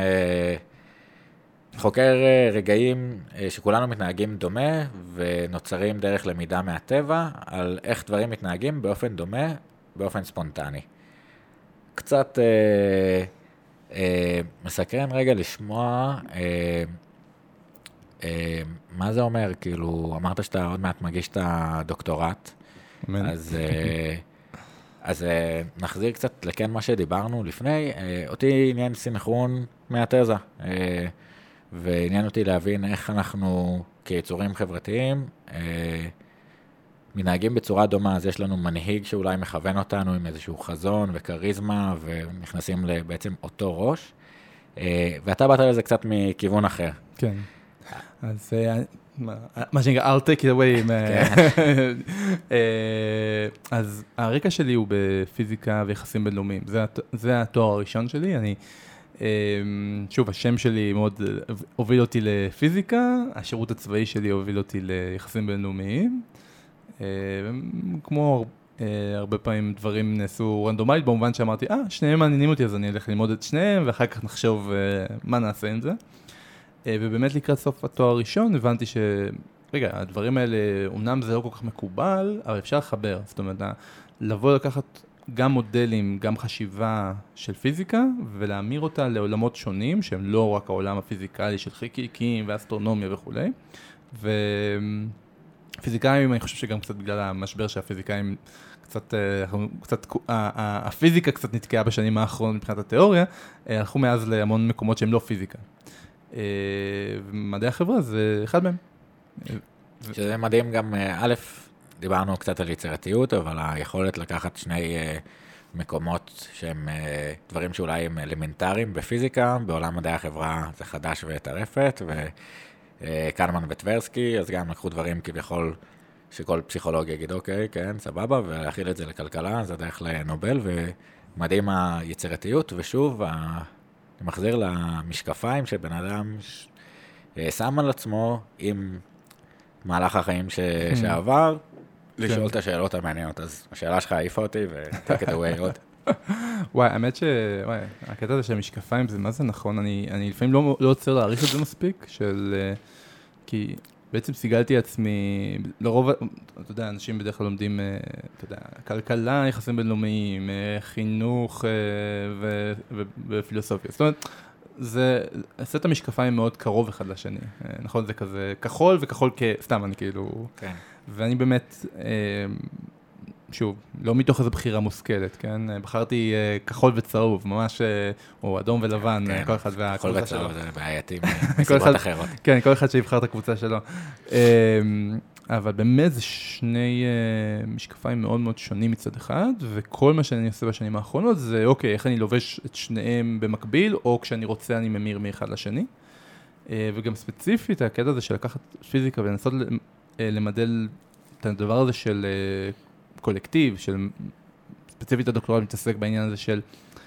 Speaker 2: חוקר רגעים שכולנו מתנהגים דומה ונוצרים דרך למידה מהטבע, על איך דברים מתנהגים באופן דומה, באופן ספונטני. קצת מסקרן רגע לשמוע מה זה אומר, כאילו, אמרת שאתה עוד מעט מגיש את הדוקטורט, אז נחזיר קצת לכן מה שדיברנו לפני, אותי עניין סינכרון מהתזה, ועניין אותי להבין איך אנחנו כיצורים חברתיים, מנהגים בצורה דומה, אז יש לנו מנהיג שאולי מכוון אותנו עם איזשהו חזון וקריזמה, ונכנסים בעצם אותו ראש, ואתה באת לזה קצת מכיוון אחר.
Speaker 3: כן, אז מה שנקרא, I'll take it away. אז הרקע שלי הוא בפיזיקה ויחסים בינלאומיים, זה התואר הראשון שלי, אני שוב, השם שלי מאוד הוביל אותי לפיזיקה, השירות הצבאי שלי הוביל אותי ליחסים בינלאומיים. כמו הרבה פעמים דברים נעשו רנדומלית, במובן שאמרתי, שניהם מעניינים אותי, אז אני אלך ללמוד את שניהם, ואחר כך נחשוב מה נעשה עם זה. ובאמת לקראת סוף התואר הראשון הבנתי רגע, הדברים האלה, אמנם זה לא כל כך מקובל, אבל אפשר לחבר. זאת אומרת, לבוא לקחת גם מודלים, גם חשיבה של פיזיקה, ולהמיר אותה לעולמות שונים, שהם לא רק העולם הפיזיקלי של חלקיקים ואסטרונומיה וכו'. ופיזיקאים, אני חושב שגם קצת בגלל המשבר שהפיזיקאים הפיזיקה קצת נתקעה בשנים האחרונות מבחינת התיאוריה, הלכו מאז להמון מקומות שהם לא פיזיקה. ומדעי החברה זה אחד מהם.
Speaker 2: שזה מדהים גם, א', דיברנו קצת על יצירתיות, אבל היכולת לקחת שני מקומות שהם דברים שאולי הם אלמנטריים בפיזיקה, בעולם מדעי החברה זה חדש וטרפת, וקנמן וטברסקי, אז גם לקחו דברים כביכול שכל פסיכולוג יגיד, אוקיי, כן, סבבה, ולהכיל את זה לכלכלה, זה דרך לנובל, ומדהים היצירתיות, ושוב, אני מחזיר למשקפיים שבן אדם שם על עצמו עם מהלך החיים שעבר, לשאול את השאלות המעניינות. אז השאלה שלך העיפה אותי, ו-take it away עוד.
Speaker 3: וואי, האמת הקטע הזה של המשקפיים זה מה זה נכון, אני לפעמים לא עוצר להעריך את זה מספיק, כי בעצם סיגלתי עצמי, לרוב, אתה יודע, אנשים בדרך כלל לומדים, אתה יודע, כלכלה, יחסים בינלאומיים, חינוך ופילוסופיה. זאת אומרת, זה עושה את המשקפיים מאוד קרוב אחד לשני, נכון? זה כזה כחול וכחול סתם, אני כאילו... כן. ואני באמת, שוב, לא מתוך איזו בחירה מושכלת, כן? בחרתי כחול וצהוב, ממש, או אדום ולבן,
Speaker 2: כן,
Speaker 3: כל אחד והקבוצה שלו.
Speaker 2: כחול וצהוב זה בעייתי מסיבות אחרות.
Speaker 3: כן, כל אחד שיבחר את הקבוצה שלו. אבל באמת זה שני משקפיים מאוד מאוד שונים מצד אחד, וכל מה שאני עושה בשנים האחרונות זה, אוקיי, איך אני לובש את שניהם במקביל, או כשאני רוצה אני ממיר מאחד לשני. וגם ספציפית, הקטע הזה של לקחת פיזיקה ולנסות למדל את הדבר הזה של קולקטיב, של ספציפית הדוקטורט מתעסק בעניין הזה של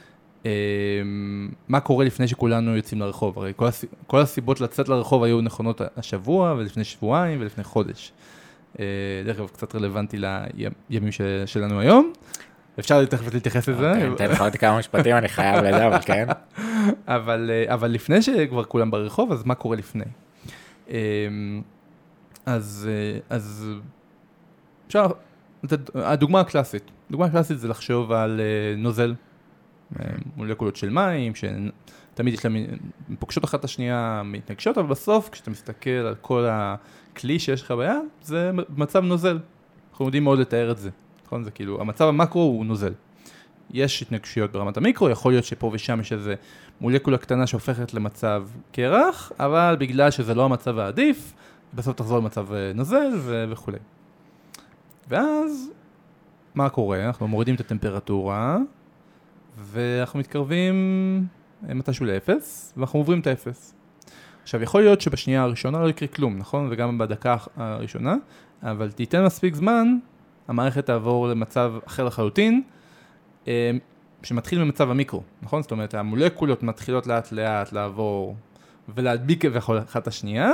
Speaker 3: מה קורה לפני שכולנו יוצאים לרחוב. הרי כל הסיבות לצאת לרחוב היו נכונות השבוע ולפני שבועיים ולפני חודש. דרך אגב, קצת רלוונטי לימים שלנו היום. אפשר תכף להתייחס לזה.
Speaker 2: תן לך עוד כמה משפטים, אני חייב לזה, אבל כן.
Speaker 3: אבל לפני שכבר כולם ברחוב, אז מה קורה לפני? אז אפשר, הדוגמה הקלאסית זה לחשוב על נוזל, מולקולות של מים, שתמיד יש להם, פוגשות אחת השנייה מתנגשות, אבל בסוף כשאתה מסתכל על כל הכלי שיש לך ביד, זה מצב נוזל. אנחנו יודעים מאוד לתאר את זה. נכון? זה כאילו, המצב המקרו הוא נוזל. יש התנגשויות ברמת המיקרו, יכול להיות שפה ושם יש איזה מולקולה קטנה שהופכת למצב קרח, אבל בגלל שזה לא המצב העדיף, בסוף תחזור למצב נוזל וכו'. ואז, מה קורה? אנחנו מורידים את הטמפרטורה, ואנחנו מתקרבים מתישהו לאפס, ואנחנו עוברים את האפס. עכשיו, יכול להיות שבשנייה הראשונה לא יקרה כלום, נכון? וגם בדקה הראשונה, אבל תיתן מספיק זמן, המערכת תעבור למצב אחר לחלוטין, שמתחיל ממצב המיקרו, נכון? זאת אומרת, המולקולות מתחילות לאט לאט לעבור ולהדביק אחת השנייה,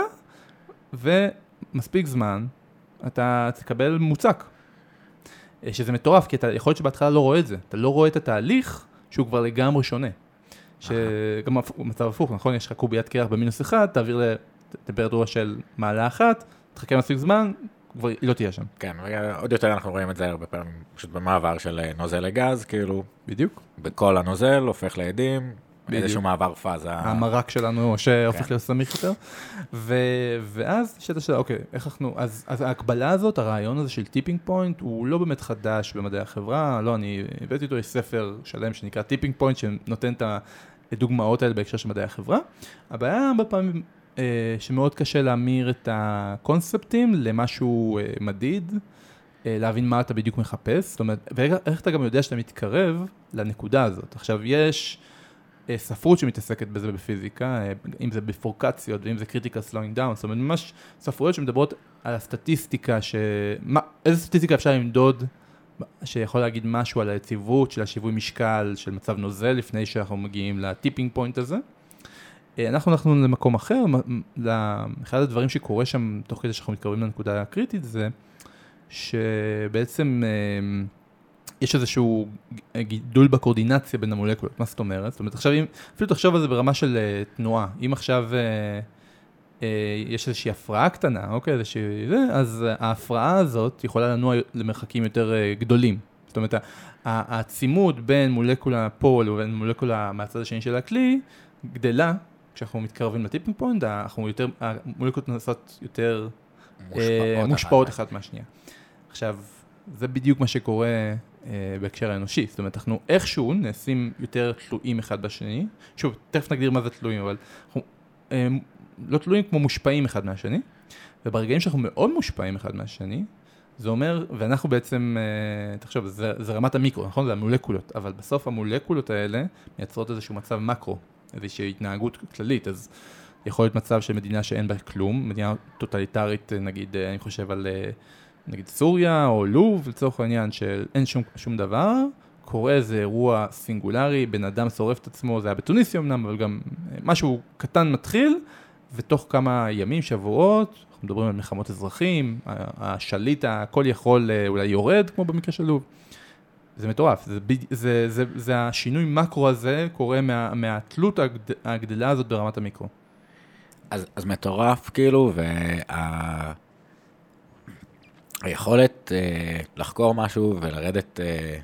Speaker 3: ומספיק זמן, אתה תקבל מוצק. שזה מטורף, כי אתה יכול להיות שבהתחלה לא רואה את זה. אתה לא רואה את התהליך שהוא כבר לגמרי שונה. שגם מצב הפוך, נכון? יש לך קוביית קרח במינוס 1, תעביר לטמפרטורה של מעלה 1, תחכה מספיק זמן, כבר היא לא תהיה שם.
Speaker 2: כן, ועוד יותר אנחנו רואים את זה הרבה פעמים, פשוט במעבר של נוזל לגז, כאילו.
Speaker 3: בדיוק.
Speaker 2: בכל הנוזל הופך לעדים, איזשהו מעבר פאזה.
Speaker 3: המרק שלנו שהופך להיות סמיך יותר. ואז שאתה שאלה, אוקיי, איך אנחנו, אז ההקבלה הזאת, הרעיון הזה של טיפינג פוינט, הוא לא באמת חדש במדעי החברה, לא, אני הבאתי איתו, יש ספר שלם שנקרא טיפינג פוינט, שנותן את הדוגמאות האלה בהקשר של מדעי החברה. הבעיה הרבה פעמים שמאוד קשה להמיר את הקונספטים למשהו מדיד, להבין מה אתה בדיוק מחפש, זאת אומרת, ואיך אתה גם יודע שאתה מתקרב לנקודה הזאת. עכשיו, יש ספרות שמתעסקת בזה בפיזיקה, אם זה בפורקציות, ואם זה critical slowing down, זאת אומרת, ממש ספרויות שמדברות על הסטטיסטיקה, איזה סטטיסטיקה אפשר למדוד שיכול להגיד משהו על היציבות של השיווי משקל, של מצב נוזל, לפני שאנחנו מגיעים לטיפינג פוינט הזה. אנחנו למקום אחר, אחד הדברים שקורה שם, תוך כדי שאנחנו מתקרבים לנקודה הקריטית, זה שבעצם יש איזשהו גידול בקורדינציה בין המולקולות. מה זאת אומרת? זאת אומרת, עכשיו, אפילו תחשוב על זה ברמה של תנועה. אם עכשיו יש איזושהי הפרעה קטנה, אוקיי, אז ההפרעה הזאת יכולה לנוע למרחקים יותר גדולים. זאת אומרת, הצימוד בין מולקולה פה לבין מולקולה מהצד השני של הכלי, גדלה, כשאנחנו מתקרבים לטיפינג פוינט, המולקולות נעשות יותר מושפעות אחת מהשנייה. עכשיו, זה בדיוק מה שקורה בהקשר האנושי. זאת אומרת, אנחנו איכשהו נעשים יותר תלויים אחד בשני. שוב, תכף נגדיר מה זה תלויים, אבל אנחנו לא תלויים כמו מושפעים אחד מהשני. וברגעים שאנחנו מאוד מושפעים אחד מהשני, זה אומר, ואנחנו בעצם, תחשוב, זה רמת המיקרו, נכון? זה המולקולות, אבל בסוף המולקולות האלה מייצרות איזשהו מצב מקרו, איזושהי התנהגות כללית, אז יכול להיות מצב של מדינה שאין בה כלום, מדינה טוטליטרית, נגיד, אני חושב על, נגיד, סוריה או לוב, לצורך העניין, שאין שום דבר, קורה איזה אירוע סינגולרי, בן אדם שורף את עצמו, זה היה בתוניסיה אמנם, אבל גם משהו קטן מתחיל, ותוך כמה ימים, שבועות, אנחנו מדברים על מלחמות אזרחים, השליט, הכל יכול אולי יורד, כמו במקרה של לוב. זה מטורף, זה השינוי מקרו הזה קורה מהתלות הגדלה הזאת ברמת המיקרו.
Speaker 2: אז מטורף כאילו, והיכולת לחקור משהו ולרדת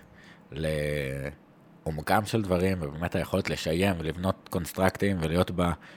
Speaker 2: לעומקם של דברים, ובאמת היכולת לשיים ולבנות קונסטרקטים ולהיות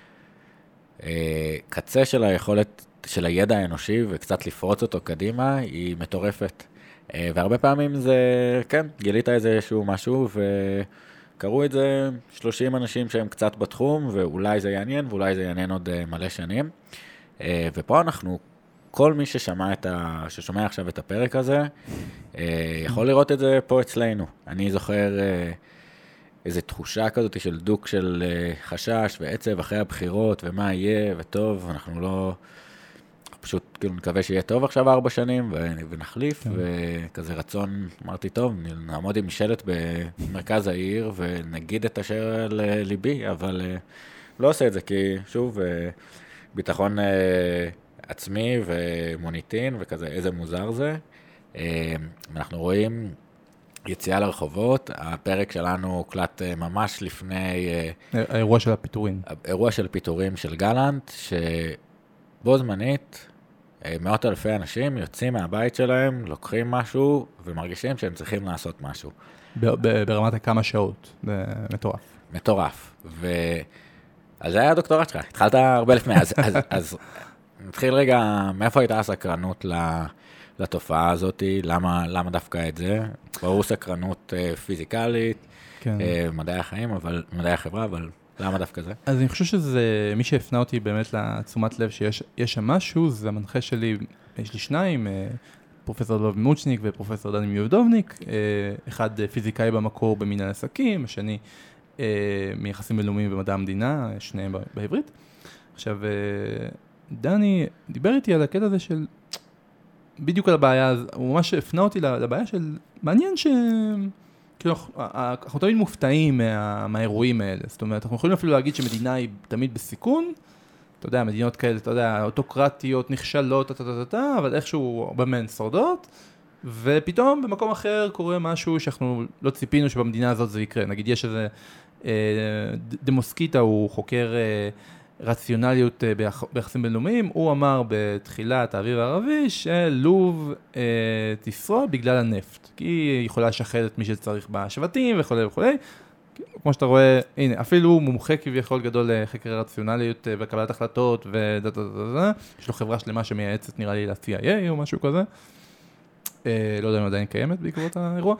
Speaker 2: בקצה של היכולת של הידע האנושי וקצת לפרוץ אותו קדימה, היא מטורפת. והרבה פעמים זה, כן, גילית איזשהו משהו וקראו את זה 30 אנשים שהם קצת בתחום, ואולי זה יעניין, ואולי זה יעניין עוד מלא שנים. ופה אנחנו, כל מי ששומע עכשיו את הפרק הזה, יכול לראות את זה פה אצלנו. אני זוכר איזו תחושה כזאת של דוק של חשש ועצב אחרי הבחירות, ומה יהיה, וטוב, אנחנו לא... פשוט כאילו נקווה שיהיה טוב עכשיו 4 שנים ונחליף, וכזה רצון, אמרתי טוב, נעמוד עם משלת במרכז העיר ונגיד את אשר לליבי, אבל לא עושה את זה, כי שוב, ביטחון עצמי ומוניטין וכזה, איזה מוזר זה. אנחנו רואים יציאה לרחובות, הפרק שלנו הוקלט ממש לפני...
Speaker 3: האירוע של הפיטורים.
Speaker 2: האירוע של פיטורים של גלנט, שבו זמנית, 100,000 אנשים יוצאים מהבית שלהם, לוקחים משהו ומרגישים שהם צריכים לעשות משהו.
Speaker 3: ברמת כמה שעות, מטורף.
Speaker 2: מטורף. אז זה היה הדוקטורט שלך, התחלת הרבה לפני, אז נתחיל רגע, מאיפה הייתה הסקרנות לתופעה הזאת, למה דווקא את זה? ברור סקרנות פיזיקלית, מדעי החיים, מדעי החברה, אבל... למה דווקא זה?
Speaker 3: אז אני חושב שזה, מי שהפנה אותי באמת לתשומת לב שיש שם משהו, זה המנחה שלי, יש לי 2, פרופסור דוב מוצ'ניק ופרופסור דני מיודובניק, אחד פיזיקאי במקור במינהל עסקים, השני מיחסים בינלאומיים במדע המדינה, שניהם בעברית. עכשיו, דני דיבר איתי על הקטע הזה של, בדיוק על הבעיה, הוא ממש הפנה אותי לבעיה של, מעניין כאילו, אנחנו תמיד מופתעים מהאירועים האלה. זאת אומרת, אנחנו יכולים אפילו להגיד שמדינה היא תמיד בסיכון, אתה יודע, מדינות כאלה, אתה יודע, אוטוקרטיות, נכשלות, אבל איכשהו הרבה מהן שורדות, ופתאום במקום אחר קורה משהו שאנחנו לא ציפינו שבמדינה הזאת זה יקרה. נגיד, יש איזה, דמוסקיטה הוא חוקר רציונליות ביחסים בינלאומיים, הוא אמר בתחילת האביב הערבי שלוב תשרוד בגלל הנפט, כי היא יכולה לשחד את מי שצריך בשבטים וכו' וכו'. כמו שאתה רואה, הנה, אפילו מומחה כביכול גדול לחקר רציונליות וקבלת החלטות יש לו חברה שלמה שמייעצת נראה לי ל-CIA או משהו כזה. לא יודע אם עדיין קיימת בעקבות האירוע.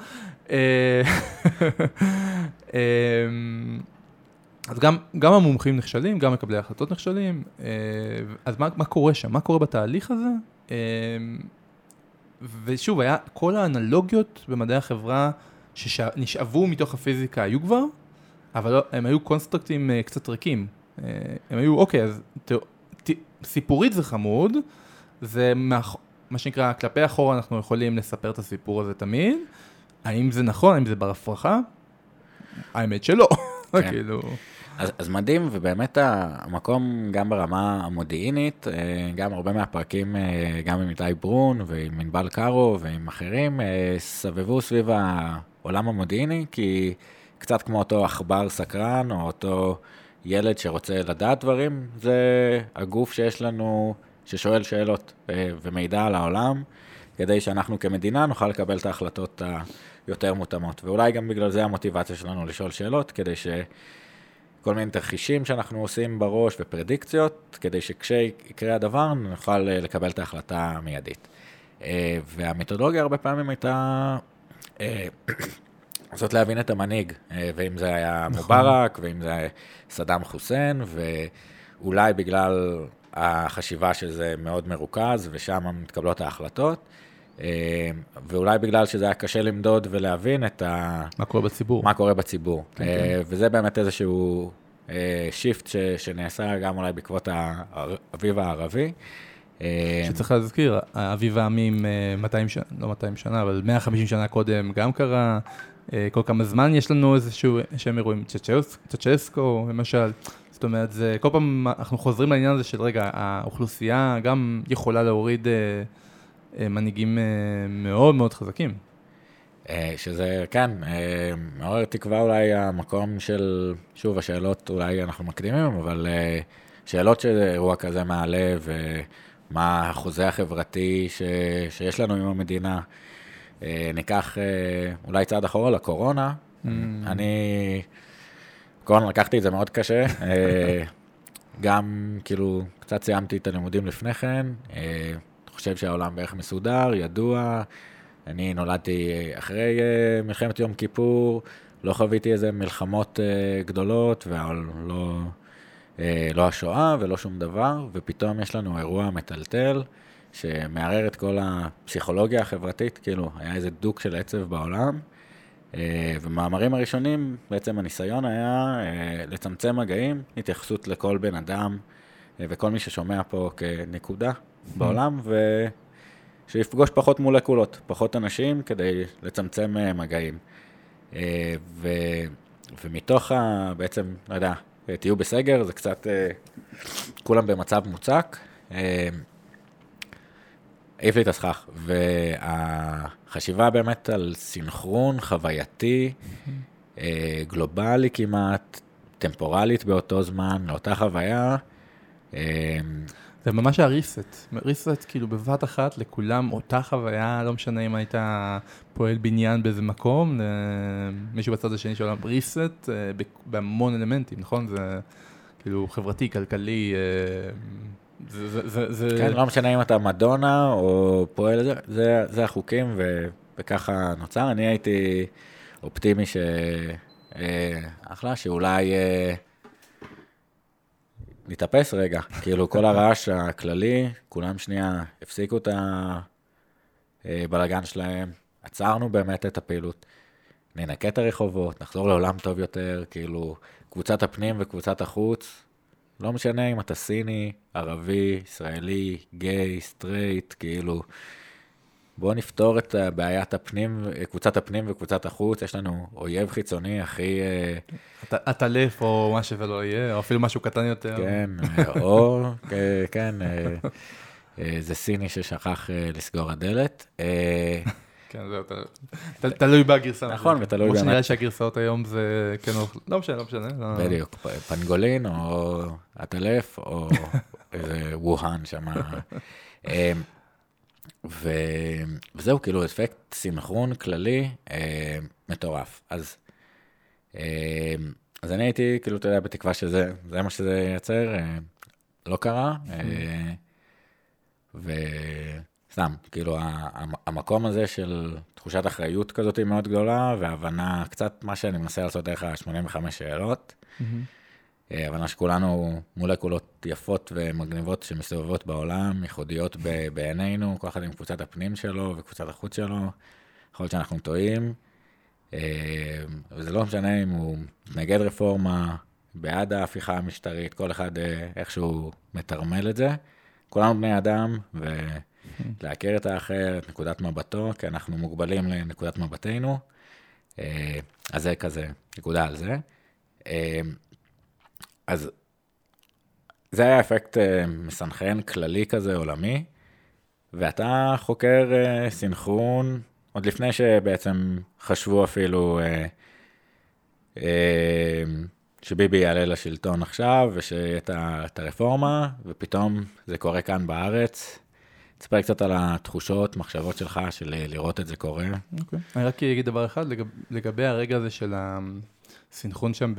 Speaker 3: אז גם המומחים נכשלים, גם מקבלי ההחלטות נכשלים, אז מה קורה שם? מה קורה בתהליך הזה? ושוב, היה כל האנלוגיות במדעי החברה שנשאבו מתוך הפיזיקה היו כבר, אבל הם היו קונסטרקטים קצת ריקים. הם היו, אוקיי, אז סיפורית זה חמוד, זה מה שנקרא, כלפי אחורה אנחנו יכולים לספר את הסיפור הזה תמיד. האם זה נכון, האם זה ברפרחה? האמת שלא.
Speaker 2: כן.
Speaker 3: כאילו...
Speaker 2: אז מדהים, ובאמת המקום גם ברמה המודיעינית, גם הרבה מהפרקים, גם עם איתי ברון ועם מנבל קארו ועם אחרים, סבבו סביב העולם המודיעיני, כי קצת כמו אותו עכבר סקרן, או אותו ילד שרוצה לדעת דברים, זה הגוף שיש לנו, ששואל שאלות ומידע על העולם, כדי שאנחנו כמדינה נוכל לקבל את ההחלטות היותר מותאמות. ואולי גם בגלל זה המוטיבציה שלנו לשאול שאלות, כדי כל מיני תרחישים שאנחנו עושים בראש ופרדיקציות, כדי שכשיקרה הדבר נוכל לקבל את ההחלטה המיידית. והמתודולוגיה הרבה פעמים הייתה זאת להבין את המנהיג, ואם זה היה מובארק, ואם זה היה סדאם חוסיין, ואולי בגלל החשיבה שזה מאוד מרוכז, ושם מתקבלות ההחלטות, ואולי בגלל שזה היה קשה למדוד ולהבין את
Speaker 3: מה קורה בציבור.
Speaker 2: מה קורה בציבור. וזה באמת איזשהו שיפט שנעשה גם אולי בעקבות האביב הערבי.
Speaker 3: שצריך להזכיר, האביב העמים 200 שנה, לא 200 שנה, אבל 150 שנה קודם גם קרה. כל כמה זמן יש לנו איזשהו שם אירועים, צ'צ'סקו למשל. זאת אומרת, כל פעם אנחנו חוזרים לעניין הזה של רגע, האוכלוסייה גם יכולה להוריד מנהיגים מאוד מאוד חזקים.
Speaker 2: שזה, כן, מעורר תקווה אולי המקום של, שוב, השאלות אולי אנחנו מקדימים, אבל שאלות שאירוע כזה מעלה, ומה החוזה החברתי שיש לנו עם המדינה. ניקח אולי צעד אחורה לקורונה. קורונה לקחתי את זה מאוד קשה. גם, כאילו, קצת סיימתי את הלימודים לפני כן. חושב שהעולם בערך מסודר, ידוע. אני נולדתי אחרי מלחמת יום כיפור, לא חוויתי איזה מלחמות גדולות, לא השואה ולא שום דבר, ופתאום יש לנו אירוע מטלטל, שמערער את כל הפסיכולוגיה החברתית, כאילו היה איזה דוק של עצב בעולם, ומאמרים הראשונים, בעצם הניסיון היה לצמצם מגעים, התייחסות לכל בן אדם, וכל מי ששומע פה כנקודה בעולם, שיפגוש פחות מולקולות, פחות אנשים, כדי לצמצם מגעים. ומתוך בעצם, לא יודע, תהיו בסגר, זה קצת, כולם במצב מוצק. העיף לי את הסכך, והחשיבה באמת על סינכרון חווייתי, גלובלי כמעט, טמפורלית באותו זמן, לאותה חוויה,
Speaker 3: זה ממש הריסט, כאילו בבת אחת לכולם אותה חוויה, לא משנה אם היית פועל בניין באיזה מקום, מישהו בצד השני של העולם, ריסט בהמון אלמנטים, נכון? זה כאילו חברתי, כלכלי,
Speaker 2: כן, לא משנה אם אתה מדונה או פועל, זה החוקים וככה נוצר. אני הייתי אופטימי אחלה, שאולי נתאפס רגע, כאילו כל הרעש הכללי, כולם שנייה הפסיקו את הבלגן שלהם, עצרנו באמת את הפעילות, ננקה את הרחובות, נחזור לעולם טוב יותר, כאילו קבוצת הפנים וקבוצת החוץ, לא משנה אם אתה סיני, ערבי, ישראלי, גיי, סטרייט, כאילו, בואו נפתור את בעיית הפנים, קבוצת הפנים וקבוצת החוץ, יש לנו אויב חיצוני הכי...
Speaker 3: עטלף או מה שלא יהיה, או אפילו משהו קטן יותר.
Speaker 2: כן, או, כן, זה סיני ששכח לסגור הדלת.
Speaker 3: כן, זהו, תלוי בגרסה.
Speaker 2: נכון, ותלוי
Speaker 3: באמת. כמו שנראה שהגרסאות היום זה, כן, לא משנה.
Speaker 2: בדיוק, פנגולין או עטלף, או איזה ווהאן שם. וזהו, כאילו, אפקט סינכרון כללי מטורף. אז אני הייתי, כאילו, אתה יודע, בתקווה שזה מה שזה ייצר, לא קרה, וסתם, כאילו, המקום הזה של תחושת אחריות כזאת היא מאוד גדולה, והבנה, קצת מה שאני מנסה לעשות דרך ה-85 שאלות, הבנה שכולנו מולקולות יפות ומגניבות שמסתובבות בעולם, ייחודיות בעינינו, כל אחד עם קבוצת הפנים שלו וקבוצת החוץ שלו, יכול להיות שאנחנו טועים, וזה לא משנה אם הוא מתנגד רפורמה, בעד ההפיכה המשטרית, כל אחד איכשהו מתרמל את זה, כולנו בני אדם, להכיר את האחר, את נקודת מבטו, כי אנחנו מוגבלים לנקודת מבטנו. אז זה כזה, נקודה על זה. אז זה היה אפקט מסנכרן כללי כזה עולמי, ואתה חוקר סינכרון, עוד לפני שבעצם חשבו אפילו שביבי יעלה לשלטון עכשיו, ושיהיה את הרפורמה, ופתאום זה קורה כאן בארץ. תספר קצת על התחושות, מחשבות שלך, של לראות את זה קורה.
Speaker 3: אוקיי. אני רק אגיד דבר אחד, לגבי הרגע הזה של הסינכרון שם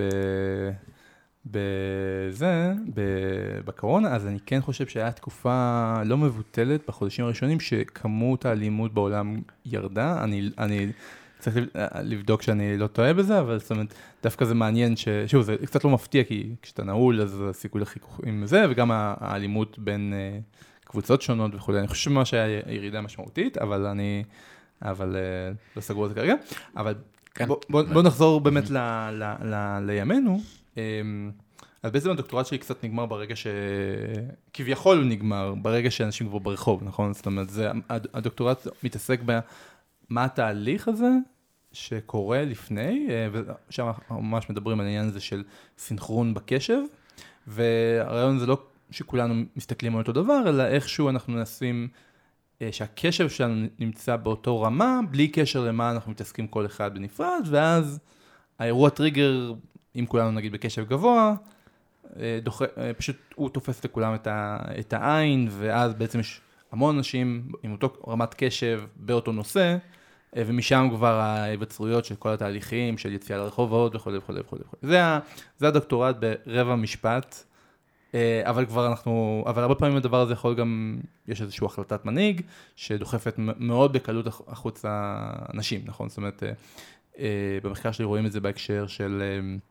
Speaker 3: בקורונה, אז אני כן חושב שהיה תקופה לא מבוטלת בחודשים הראשונים, שכמות האלימות בעולם ירדה. אני צריך לבדוק שאני לא טועה בזה, אבל זאת אומרת, דווקא זה מעניין שוב, זה קצת לא מפתיע, כי כשאתה נעול, אז הסיכוי לחיכוך עם זה, וגם האלימות בין קבוצות שונות וכו'. אני חושב ממש היה ירידה משמעותית, אבל לא סגרו את זה כרגע. אבל בוא נחזור באמת לימינו. אז בעצם הדוקטורט שלי קצת נגמר ברגע כביכול הוא נגמר, ברגע שאנשים כבר ברחוב, נכון? זאת אומרת, הדוקטורט מתעסק במה התהליך הזה שקורה לפני, ושם ממש מדברים על העניין הזה של סינכרון בקשב, והרעיון זה לא שכולנו מסתכלים על אותו דבר, אלא איכשהו אנחנו מנסים שהקשב שלנו נמצא באותו רמה, בלי קשר למה אנחנו מתעסקים כל אחד בנפרד, ואז האירוע טריגר, אם כולנו נגיד בקשב גבוה, פשוט הוא תופס לכולם את העין, ואז בעצם יש המון אנשים עם אותו רמת קשב באותו נושא, ומשם כבר ההיווצרויות של כל התהליכים, של יציאה לרחובות וכו' וכו' וכו'. זה הדוקטורט ברבע משפט, אבל הרבה פעמים הדבר הזה יכול גם, יש איזושהי החלטת מנהיג, שדוחפת מאוד בקלות החוצה אנשים, נכון? זאת אומרת, במחקר שלי רואים את זה בהקשר של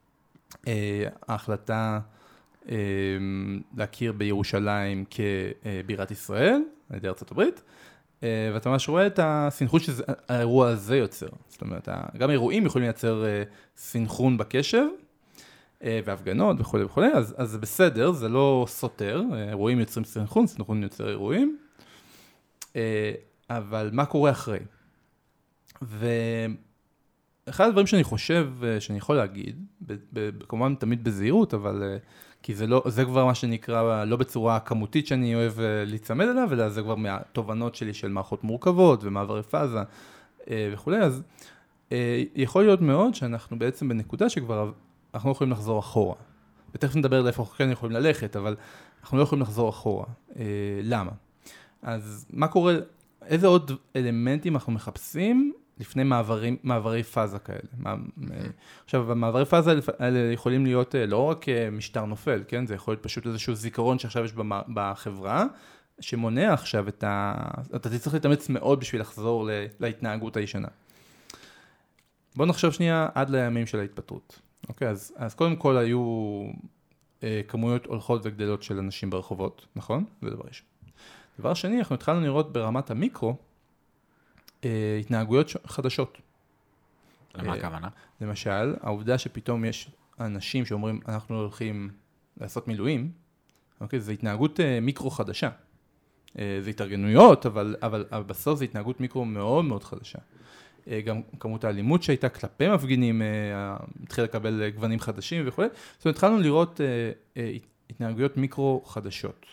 Speaker 3: ההחלטה להכיר בירושלים כבירת ישראל, על ידי ארצות הברית, ואתה ממש רואה את הסינכרון שהאירוע הזה יוצר. זאת אומרת, גם אירועים יכולים לייצר סינכרון בקשב, והפגנות וכו' וכו', אז זה בסדר, זה לא סותר, אירועים יוצרים סינכרון, סינכרון יוצר אירועים, אבל מה קורה אחרי? ואחד הדברים שאני חושב שאני יכול להגיד, כמובן תמיד בזהירות, אבל כי זה כבר מה שנקרא, לא בצורה כמותית שאני אוהב להצמד אליו, אלא זה כבר מהתובנות שלי של מערכות מורכבות ומעברי פאזה וכו', אז יכול להיות מאוד שאנחנו בעצם בנקודה שכבר אנחנו לא יכולים לחזור אחורה. ותכף נדבר לאיפה אנחנו כן יכולים ללכת, אבל אנחנו לא יכולים לחזור אחורה. למה? אז מה קורה, איזה עוד אלמנטים אנחנו מחפשים לפני מעברי פאזה כאלה? עכשיו, המעברי פאזה האלה יכולים להיות לא רק משטר נופל, כן? זה יכול להיות פשוט איזשהו זיכרון שעכשיו יש בחברה, שמונע עכשיו אתה צריך להתאמץ מאוד בשביל לחזור להתנהגות הישנה. בואו נחשוב שנייה עד לימים של ההתפטרות. אוקיי, אז קודם כל היו כמויות הולכות וגדלות של אנשים ברחובות, נכון? זה דבר ראשון. דבר שני, אנחנו התחלנו לראות ברמת המיקרו התנהגויות חדשות.
Speaker 2: למה הכוונה?
Speaker 3: למשל, העובדה שפתאום יש אנשים שאומרים, אנחנו הולכים לעשות מילואים, אוקיי, זו התנהגות מיקרו חדשה. זה התארגנויות, אבל בסוף זו התנהגות מיקרו מאוד מאוד חדשה. גם כמות האלימות שהייתה כלפי מפגינים, התחילה לקבל גוונים חדשים וכו'. זאת אומרת, התחלנו לראות התנהגויות מיקרו חדשות.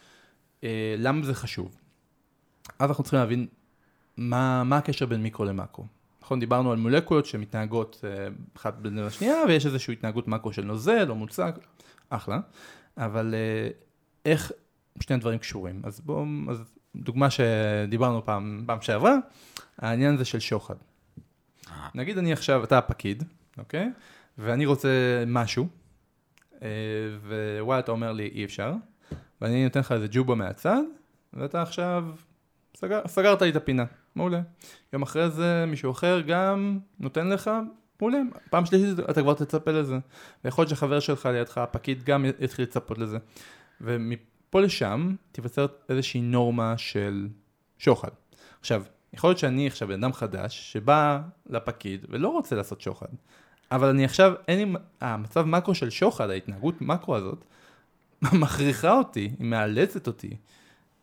Speaker 3: למה זה חשוב? אז אנחנו צריכים להבין מה הקשר בין מיקרו למקרו. נכון, דיברנו על מולקולות שמתנהגות אחת בין השנייה, ויש איזושהי התנהגות מקרו של נוזל או מוצק, אחלה. אבל איך שני הדברים קשורים? אז דוגמה שדיברנו פעם שעברה, העניין הזה של שוחד. נגיד אני עכשיו, אתה הפקיד, אוקיי? ואני רוצה משהו, ווואלה, אתה אומר לי אי אפשר, ואני נותן לך איזה ג'ובה מהצד, ואתה עכשיו סגרת לי את הפינה, מעולה. יום אחרי זה מישהו אחר גם נותן לך, מעולה. פעם שלישית אתה כבר תצפה לזה. ויכול להיות שחבר שלך לידך, הפקיד גם יתחיל לצפות לזה. ומפה לשם תיווצר איזושהי נורמה של שוחד. עכשיו, יכול להיות שאני עכשיו בן אדם חדש שבא לפקיד ולא רוצה לעשות שוחד. אבל אני עכשיו, המצב מקרו של שוחד, ההתנהגות מקרו הזאת, מכריחה אותי, היא מאלצת אותי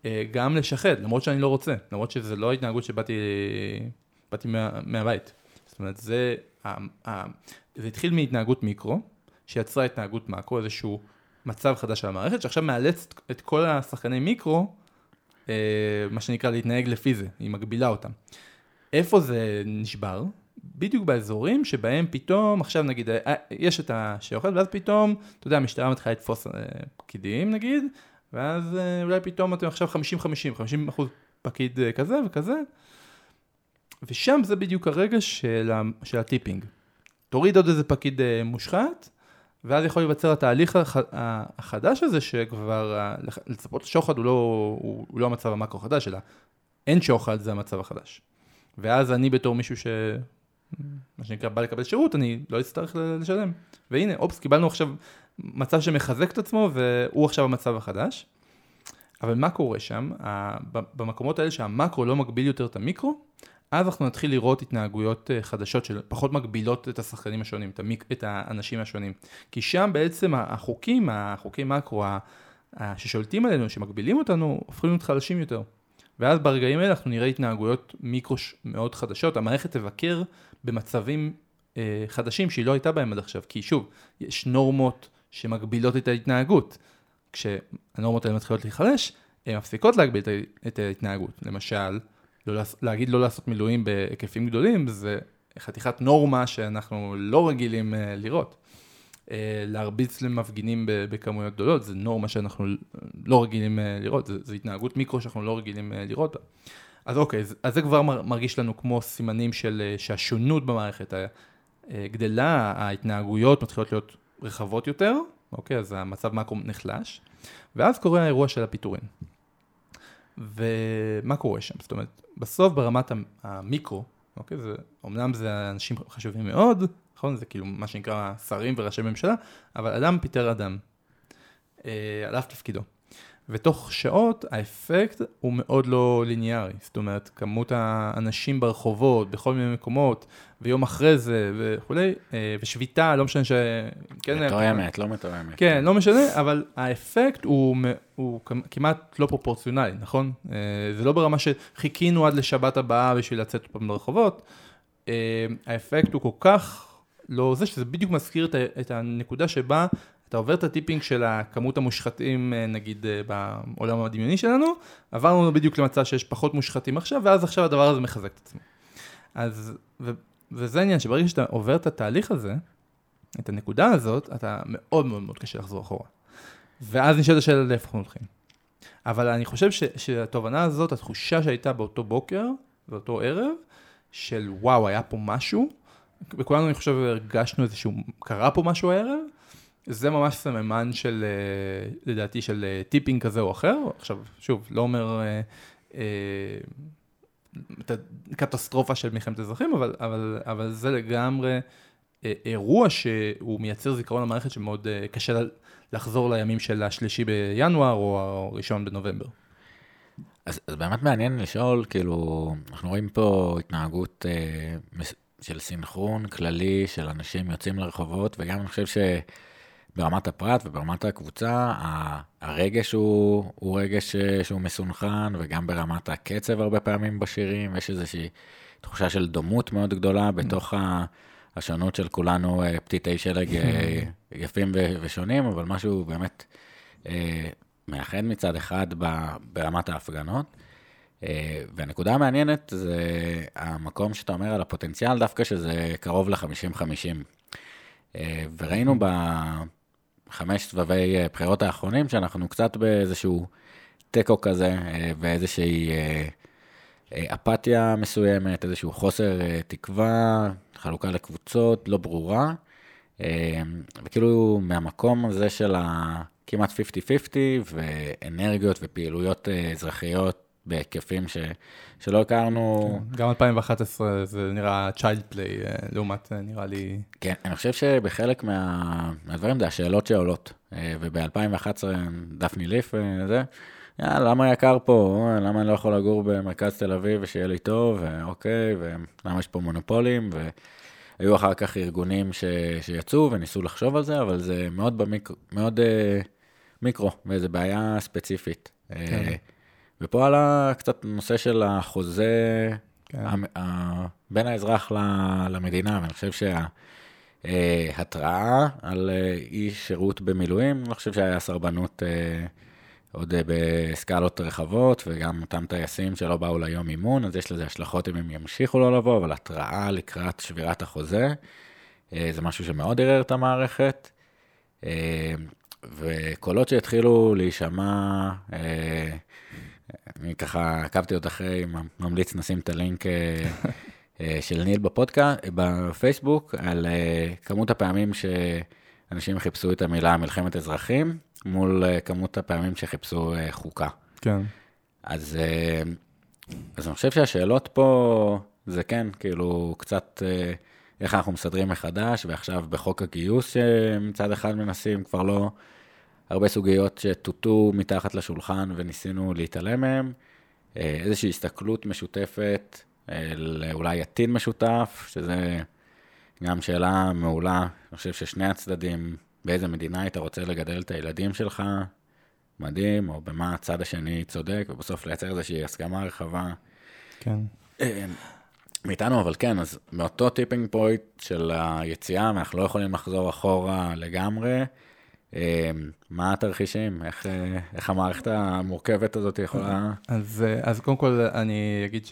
Speaker 3: גם לשחד, למרות שאני לא רוצה, למרות שזה לא ההתנהגות שבאתי מהבית. זאת אומרת, זה התחיל מהתנהגות מיקרו, שיצרה התנהגות מקרו, איזשהו מצב חדש של המערכת, שעכשיו מאלץ את כל השחקני מיקרו, מה שנקרא להתנהג לפי זה, היא מגבילה אותם. איפה זה נשבר? בדיוק באזורים שבהם פתאום, עכשיו נגיד, יש את השאוכל, ואז פתאום, אתה יודע, המשטרה מתחילה לתפוס פקידים נגיד, ואז אולי פתאום אתם עכשיו 50% פקיד כזה וכזה, ושם זה בדיוק הרגע של הטיפינג. תוריד עוד איזה פקיד מושחת, ואז יכול להיווצר התהליך החדש הזה, שכבר לצפות שוחד הוא לא המצב המקרו החדש, אלא אין שוחד, זה המצב החדש. ואז אני בתור מישהו מה שנקרא בא לקבל שירות, אני לא אצטרך לשלם. והנה, אופס, קיבלנו עכשיו מצב שמחזק את עצמו, והוא עכשיו המצב החדש. אבל מה קורה שם? במקומות האלה שהמקרו לא מגביל יותר את המיקרו, אז אנחנו נתחיל לראות התנהגויות חדשות שפחות מגבילות את השחקנים השונים, את האנשים השונים. כי שם בעצם החוקי מקרו ששולטים עלינו, שמגבילים אותנו, הופכים להיות חלשים יותר. ואז ברגעים האלה אנחנו נראה התנהגויות מיקרו מאוד חדשות. המערכת תבקר במצבים חדשים שהיא לא הייתה בהם עד עכשיו. כי שוב, יש נורמות שמגבילות את ההתנהגות. כשהנורמות האלה מתחילות להיחלש, הן מפסיקות להגביל את ההתנהגות. למשל, להגיד לא לעשות מילואים בהיקפים גדולים, זה חתיכת נורמה שאנחנו לא רגילים לראות. להרביץ למפגינים בכמויות גדולות, זה נורמה שאנחנו לא רגילים לראות, זה התנהגות מיקרו שאנחנו לא רגילים לראות. אז אוקיי, אז זה כבר מרגיש לנו כמו סימנים שהשונות במערכת גדלה, ההתנהגויות מתחילות להיות רחבות יותר, אוקיי, אז המצב מקרו נחלש, ואז קורה האירוע של הפיטורין. ומה קורה שם? זאת אומרת, בסוף ברמת המיקרו, אוקיי, אמנם זה אנשים חשובים מאוד, נכון? זה כאילו מה שנקרא שרים וראשי ממשלה, אבל אדם פיטר אדם, על אף תפקידו. ותוך שעות האפקט הוא מאוד לא ליניארי, זאת אומרת, כמות האנשים ברחובות, בכל מיני מקומות, ויום אחרי זה וכולי, ושביתה, לא משנה
Speaker 2: מתואמת, לא מתואמת.
Speaker 3: כן, לא משנה, אבל האפקט הוא כמעט לא פרופורציונלי, נכון? זה לא ברמה שחיכינו עד לשבת הבאה בשביל לצאת פעם ברחובות, האפקט הוא כל כך לא זה, שזה בדיוק מזכיר את הנקודה שבה אתה עובר את הטיפינג של הכמות המושחתים, נגיד, בעולם הדמיוני שלנו, עברנו בדיוק למצב שיש פחות מושחתים עכשיו, ואז עכשיו הדבר הזה מחזק את עצמו. אז, וזה העניין, שברגע שאתה עובר את התהליך הזה, את הנקודה הזאת, אתה מאוד מאוד מאוד קשה לחזור אחורה. ואז נשאלת השאלה לאיפה אנחנו הולכים. אבל אני חושב שהתובנה הזאת, התחושה שהייתה באותו בוקר, באותו ערב, של וואו, היה פה משהו, וכולנו אני חושב הרגשנו איזשהו, קרה פה משהו הערב, זה ממש סממן של, לדעתי, של טיפינג כזה או אחר. עכשיו, שוב, לא אומר קטסטרופה של מלחמת אזרחים, אבל זה לגמרי אירוע שהוא מייצר זיכרון למערכת שמאוד קשה לחזור לימים של השלישי בינואר או הראשון בנובמבר.
Speaker 2: אז באמת מעניין לשאול, כאילו, אנחנו רואים פה התנהגות של סינכרון כללי, של אנשים יוצאים לרחובות, וגם אני חושב ברמת הפרט וברמת הקבוצה, הרגש הוא רגש שהוא מסונכן, וגם ברמת הקצב הרבה פעמים בשירים, יש איזושהי תחושה של דומות מאוד גדולה בתוך השונות של כולנו פתיתי שלג יפים ושונים, אבל משהו באמת מאחד מצד אחד ברמת ההפגנות. והנקודה המעניינת זה המקום שאתה אומר על הפוטנציאל, דווקא שזה קרוב ל-50-50. וראינו בחמש סבבי בחירות האחרונים, שאנחנו קצת באיזשהו טקו כזה, ואיזושהי אפתיה מסוימת, איזשהו חוסר תקווה, חלוקה לקבוצות, לא ברורה, וכאילו מהמקום הזה של כמעט 50-50, ואנרגיות ופעילויות אזרחיות, בהיקפים שלא הכרנו.
Speaker 3: גם 2011 זה נראה child play, לעומת נראה לי...
Speaker 2: כן, אני חושב שבחלק מהדברים זה השאלות שעולות, וב-2011 דפני ליף, זה, למה יקר פה, למה אני לא יכול לגור במרכז תל אביב ושיהיה לי טוב, ואוקיי, ולמה יש פה מונופולים, והיו אחר כך ארגונים שיצאו וניסו לחשוב על זה, אבל זה מאוד מיקרו, וזו בעיה ספציפית. ופה עלה קצת נושא של החוזה
Speaker 3: כן.
Speaker 2: בין האזרח למדינה, ואני חושב שההתראה על אי שירות במילואים, אני חושב שהיה סרבנות עוד בסקלות רחבות, וגם אותם טייסים שלא באו ליום אימון, אז יש לזה השלכות אם הם ימשיכו לא לבוא, אבל התראה לקראת שבירת החוזה, זה משהו שמאוד ערער את המערכת, וקולות שהתחילו להישמע, אני ככה עקבתי עוד אחרי, ממליץ נשים את הלינק של ניל בפייסבוק, על כמות הפעמים שאנשים חיפשו את המילה מלחמת אזרחים, מול כמות הפעמים שחיפשו חוקה.
Speaker 3: כן.
Speaker 2: אז אני חושב שהשאלות פה, זה כן, כאילו קצת איך אנחנו מסדרים מחדש, ועכשיו בחוק הגיוס שמצד אחד מנסים, כבר לא הרבה סוגיות שטוטו מתחת לשולחן וניסינו להתעלם מהם, איזושהי הסתכלות משותפת, אולי עתיד משותף, שזה גם שאלה מעולה, אני חושב ששני הצדדים, באיזה מדינה היית רוצה לגדל את הילדים שלך, מדהים, או במה הצד השני צודק, ובסוף לייצר איזושהי הסכמה רחבה.
Speaker 3: כן.
Speaker 2: מאיתנו, אבל כן, אז מאותו טיפינג פוינט של היציאה, אנחנו לא יכולים לחזור אחורה לגמרי, מה התרחישים? איך המערכת המורכבת הזאת יכולה?
Speaker 3: אז קודם כל אני אגיד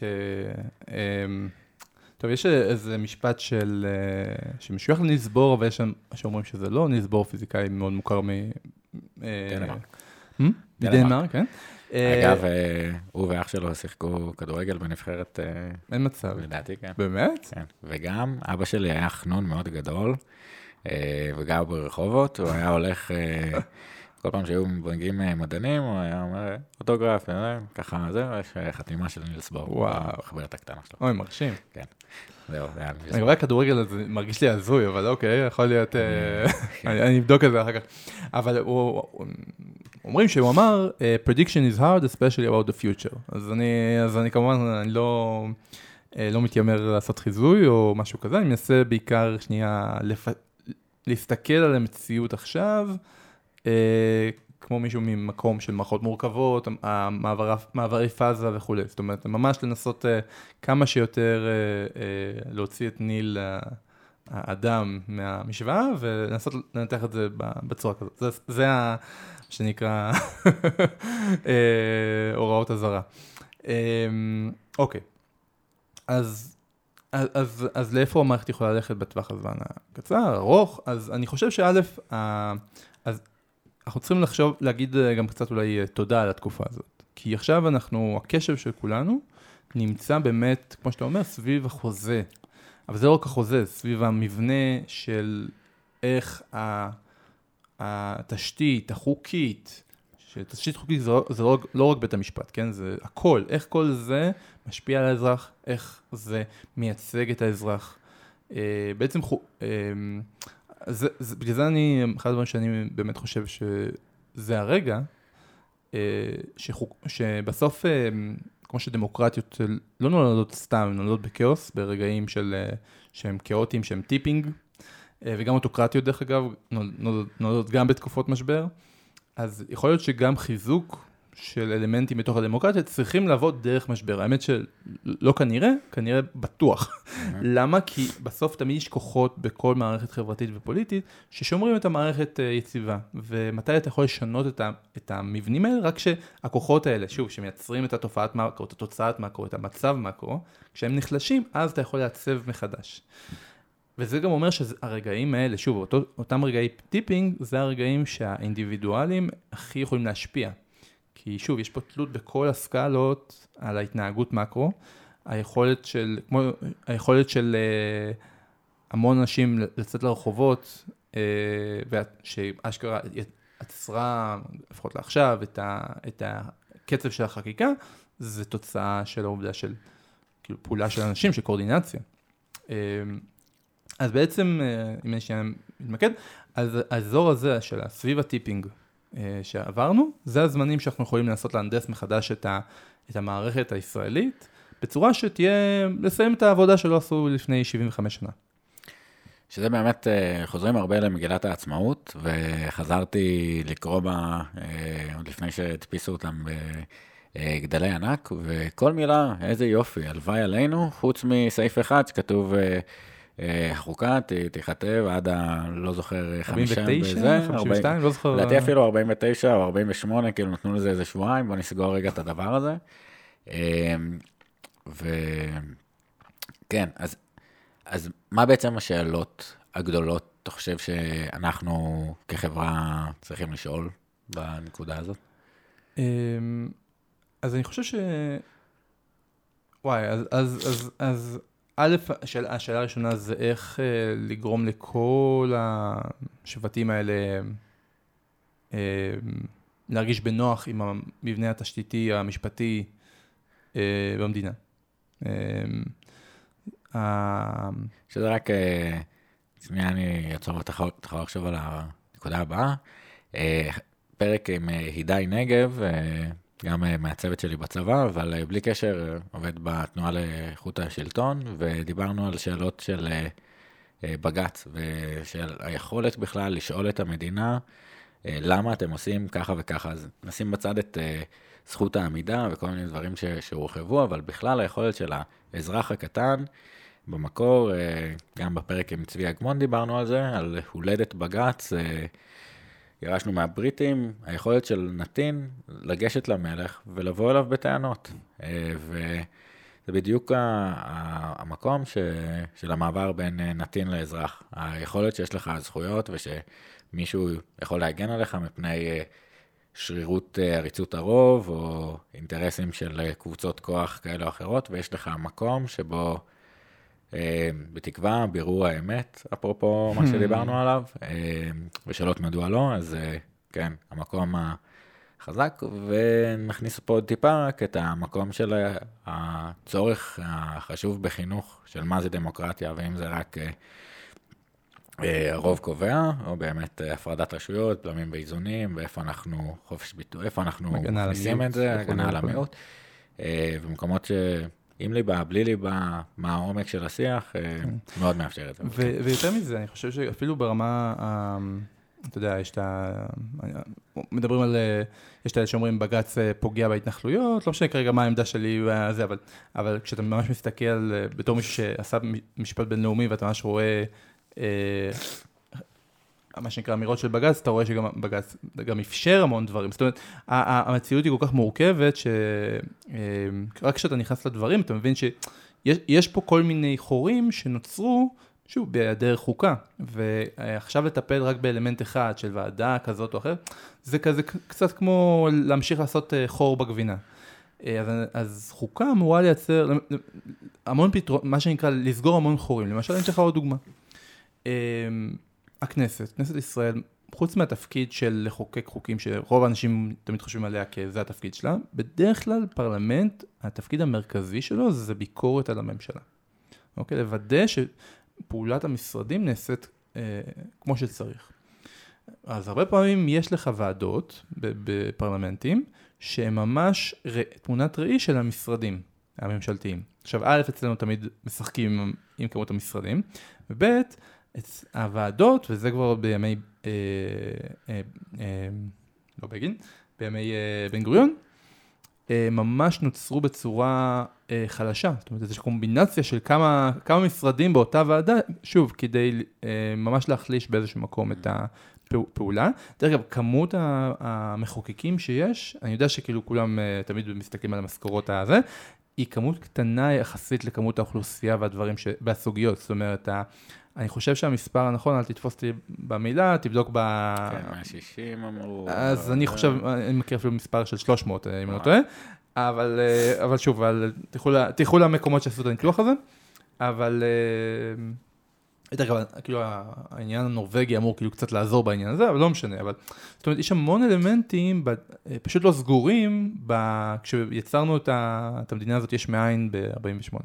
Speaker 3: טוב, יש איזה משפט שמשוייך לניסבור, אבל יש שאומרים שזה לא, ניסבור פיזיקאי מאוד מוכר
Speaker 2: דנמרק.
Speaker 3: מדנמרק, כן?
Speaker 2: אגב, הוא ואח שלו שיחקו כדורגל בנבחרת...
Speaker 3: אין מצב.
Speaker 2: לדעתי, כן.
Speaker 3: באמת?
Speaker 2: כן. וגם אבא שלי היה חנון מאוד גדול, וגר ברחובות, הוא היה הולך... כל פעם שהיו מגיעים מדענים, הוא היה אומר, אוטוגרף, ככה זהו, יש חתימה של נילס בור.
Speaker 3: וואו.
Speaker 2: בחברת הקטנה שלו.
Speaker 3: אוי, מרשים.
Speaker 2: כן. זהו, זה היה נילס
Speaker 3: אני רואה כדורגל, אז מרגיש לי הזוי, אבל אוקיי, יכול להיות, אני אבדוק את זה אחר כך. אבל אומרים שהוא אמר, prediction is hard, especially about the future. אז אני כמובן, אני לא מתיימר לעשות חיזוי או משהו כזה, אני מנסה בעיקר שנייה להסתכל על המציאות עכשיו, כמו מישהו ממקום של מערכות מורכבות, מעברי פאזה וכו'. זאת אומרת, ממש לנסות כמה שיותר להוציא את ניל האדם מהמשוואה, ולנסות לנתח את זה בצורה כזאת. זה שנקרא הוראות הזרה. אוקיי. אז לאיפה המערכת יכולה ללכת בטווח הזמן הקצר, ארוך? אז אני חושב שא', אנחנו צריכים להגיד גם קצת אולי תודה על התקופה הזאת. כי עכשיו הקשב של כולנו נמצא באמת, כמו שאתה אומר, סביב החוזה. אבל זה לא רק החוזה, סביב המבנה של איך התשתית החוקית, שתשתית חוקית זה לא רק בית המשפט, כן? זה הכל. איך כל זה משפיע על האזרח, איך זה מייצג את האזרח. בעצם בגלל זה אחד הדברים שאני באמת חושב שזה הרגע, שבסוף, כמו שדמוקרטיות לא נולדות סתם, הן נולדות בכאוס, ברגעים שהם כאוטיים, שהם טיפינג, וגם אוטוקרטיות דרך אגב, נולדות גם בתקופות משבר, אז יכול להיות שגם חיזוק של אלמנטים בתוך הדמוקרטיה צריכים לעבוד דרך משבר. האמת שלא כנראה בטוח. למה? כי בסוף תמיד יש כוחות בכל מערכת חברתית ופוליטית ששומרים את המערכת יציבה. ומתי אתה יכול לשנות את המבנים האלה? רק שהכוחות האלה, שוב, שמייצרים את התופעת מקרו, את התוצאת מקרו, את המצב מקרו, כשהם נחלשים, אז אתה יכול לעצב מחדש. וזה גם אומר שהרגעים האלה, שוב, אותם רגעי טיפינג, זה הרגעים שהאינדיבידואלים הכי יכולים להשפיע. כי שוב, יש פה תלות בכל הסקלות על ההתנהגות מקרו, היכולת של המון אנשים לצאת לרחובות, שאשכרה עצרה, לפחות לעכשיו, את הקצב של החקיקה, זה תוצאה של העובדה של כאילו, פעולה של אנשים, של קואורדינציה. אז בעצם, אם אני שנייה מתמקד, אז האזור הזה של סביב הטיפינג, שעברנו, זה הזמנים שאנחנו יכולים לנסות להנדס מחדש את המערכת הישראלית, בצורה שתהיה לסיים את העבודה שלא עשו לפני 75 שנה.
Speaker 2: שזה באמת, חוזרים הרבה למגילת העצמאות, וחזרתי לקרוא בה, עוד לפני שהדפיסו אותם גדלי ענק, וכל מילה, איזה יופי, הלוואי עלינו, חוץ מסעיף אחד שכתוב החוקה, תיכתב עד לא זוכר
Speaker 3: 49, 52, לא זוכר.
Speaker 2: לדעתי אפילו 49 או 48, כאילו נתנו לזה איזה שבועיים, בוא נסגור רגע את הדבר הזה. וכן, אז מה בעצם השאלות הגדולות, אתה חושב שאנחנו כחברה צריכים לשאול בנקודה הזאת?
Speaker 3: אז אני חושב וואי, אז א', השאלה הראשונה זה איך לגרום לכל השבטים האלה להרגיש בנוח עם המבנה התשתיתי, המשפטי במדינה.
Speaker 2: שזה רק, שנייה אני אעצור ותחזור לחשוב על הנקודה הבאה. פרק עם הידי נגב, גם מהצוות שלי בצבא, אבל בלי קשר עובד בתנועה לאיכות השלטון, ודיברנו על שאלות של בג"ץ, ושל היכולת בכלל לשאול את המדינה, למה אתם עושים ככה וככה. אז נשים בצד את זכות העמידה וכל מיני דברים שהורחבו, אבל בכלל היכולת של האזרח הקטן, במקור, גם בפרק עם צבי אגמון דיברנו על זה, על הולדת בג"ץ, ירשנו מהבריטים, היכולת של נתין לגשת למלך ולבוא אליו בטענות. וזה בדיוק המקום של המעבר בין נתין לאזרח. היכולת שיש לך זכויות ושמישהו יכול להגן עליך מפני שרירות עריצות הרוב או אינטרסים של קבוצות כוח כאלה או אחרות, ויש לך מקום שבו בתקווה, בירור האמת, אפרופו מה שדיברנו עליו, ושאלות מדוע לא, אז כן, המקום החזק, ונכניס פה עוד טיפה רק את המקום של הצורך החשוב בחינוך של מה זה דמוקרטיה, ואם זה רק הרוב קובע, או באמת הפרדת רשויות, בלמים ואיזונים, ואיפה אנחנו חופש ביטוי, איפה אנחנו מכניסים את זה, הגנה על המיעוט, במקומות ש... עם ליבה, בלי ליבה, מה העומק של השיח, מאוד מאפשר את זה.
Speaker 3: ויותר מזה, אני חושב שאפילו ברמה, אתה יודע, מדברים על, יש את האלה שאומרים, בג"ץ פוגע בהתנחלויות, לא משנה כרגע מה העמדה שלי וזה, אבל כשאתה ממש מסתכל בתור מישהו שעשה משפט בינלאומי, ואתה ממש רואה, מה שנקרא אמירות של בג"ץ, אתה רואה שגם בג"ץ גם אפשר המון דברים. זאת אומרת, המציאות היא כל כך מורכבת, שרק כשאתה נכנס לדברים, אתה מבין שיש פה כל מיני חורים שנוצרו, שוב, בהיעדר חוקה, ועכשיו לטפל רק באלמנט אחד של ועדה כזאת או אחרת, זה כזה קצת כמו להמשיך לעשות חור בגבינה. אז חוקה אמורה לייצר המון פתרון, מה שנקרא לסגור המון חורים. למשל, אני אתן לך עוד דוגמה. הכנסת ישראל, חוץ מהתפקיד של לחוקק חוקים שרוב האנשים תמיד חושבים עליה כזה התפקיד שלה, בדרך כלל פרלמנט, התפקיד המרכזי שלו זה ביקורת על הממשלה. אוקיי? לוודא שפעולת המשרדים נעשית כמו שצריך. אז הרבה פעמים יש לך ועדות בפרלמנטים, שהן ממש תמונת ראי של המשרדים הממשלתיים. עכשיו, א', אצלנו תמיד משחקים עם כמות המשרדים, וב', הוועדות, וזה כבר בימי, לא בגין, בימי בן גוריון, ממש נוצרו בצורה חלשה. זאת אומרת, איזושהי קומבינציה של כמה משרדים באותה ועדה, שוב, כדי ממש להחליש באיזשהו מקום את הפעולה. דרך אגב, כמות המחוקקים שיש, אני יודע שכאילו כולם תמיד מסתכלים על המשכורות הזה, היא כמות קטנה יחסית לכמות האוכלוסייה והדברים בסוגיות. זאת אומרת, אני חושב שהמספר הנכון, אל תתפוס אותי במילה, תבדוק ב...
Speaker 2: כן, 160 אמרו.
Speaker 3: אז אני חושב, אני מכיר אפילו מספר של 300, אם אני לא טועה, אבל שוב, תלכו למקומות שעשו את הניתוח הזה, אבל כאילו העניין הנורווגי אמור כאילו קצת לעזור בעניין הזה, אבל לא משנה, אבל זאת אומרת, יש המון אלמנטים, פשוט לא סגורים, כשיצרנו את המדינה הזאת יש מאין ב-48.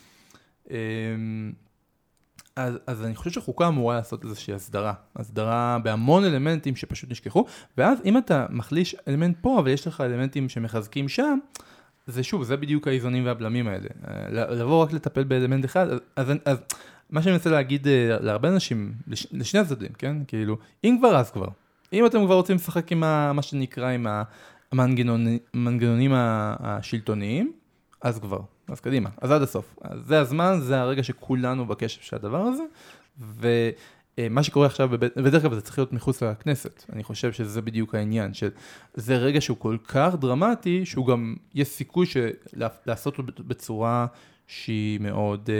Speaker 3: אז אני חושב שחוקה אמורה לעשות איזושהי הסדרה בהמון אלמנטים שפשוט נשכחו, ואז אם אתה מחליש אלמנט פה, אבל יש לך אלמנטים שמחזקים שם, זה שוב, זה בדיוק האיזונים והבלמים האלה. לבוא רק לטפל באלמנט אחד, אז מה שאני מנסה להגיד להרבה אנשים, לשני הצדדים, כן? כאילו, אם כבר אז כבר. אם אתם כבר רוצים לשחק עם מה שנקרא, המנגנונים השלטוניים, אז כבר, אז קדימה, אז עד הסוף. אז זה הזמן, זה הרגע שכולנו בקשב של הדבר הזה, ומה שקורה עכשיו, בדרך כלל זה צריך להיות מחוץ לכנסת. אני חושב שזה בדיוק העניין, שזה רגע שהוא כל כך דרמטי, שהוא גם, יש סיכוי לעשות אותו בצורה שהיא מאוד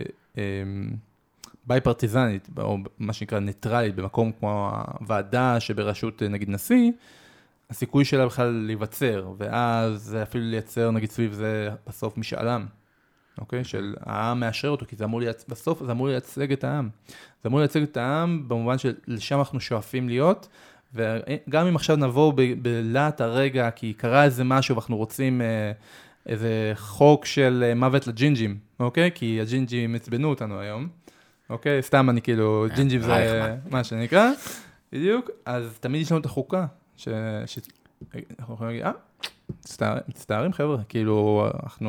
Speaker 3: ביי-פרטיזנית, או מה שנקרא ניטרלית, במקום כמו הוועדה שבראשות נגיד נשיא, הסיכוי שלה בכלל להיווצר, ואז אפילו לייצר נגיד סביב זה בסוף משאלם, אוקיי? של העם מאשר אותו, כי זה אמור בסוף זה אמור לייצג את העם. זה אמור לייצג את העם במובן שלשם אנחנו שואפים להיות, וגם אם עכשיו נבוא בלעת הרגע, כי קרה איזה משהו ואנחנו רוצים איזה חוק של מוות לג'ינג'ים, אוקיי? כי הג'ינג'ים הצבנו אותנו היום, אוקיי? סתם אני כאילו, ג'ינג'ים זה מה שנקרא, בדיוק, אז תמיד יש לנו את החוקה, אנחנו יכולים להגיד, מצטערים חבר'ה, כאילו,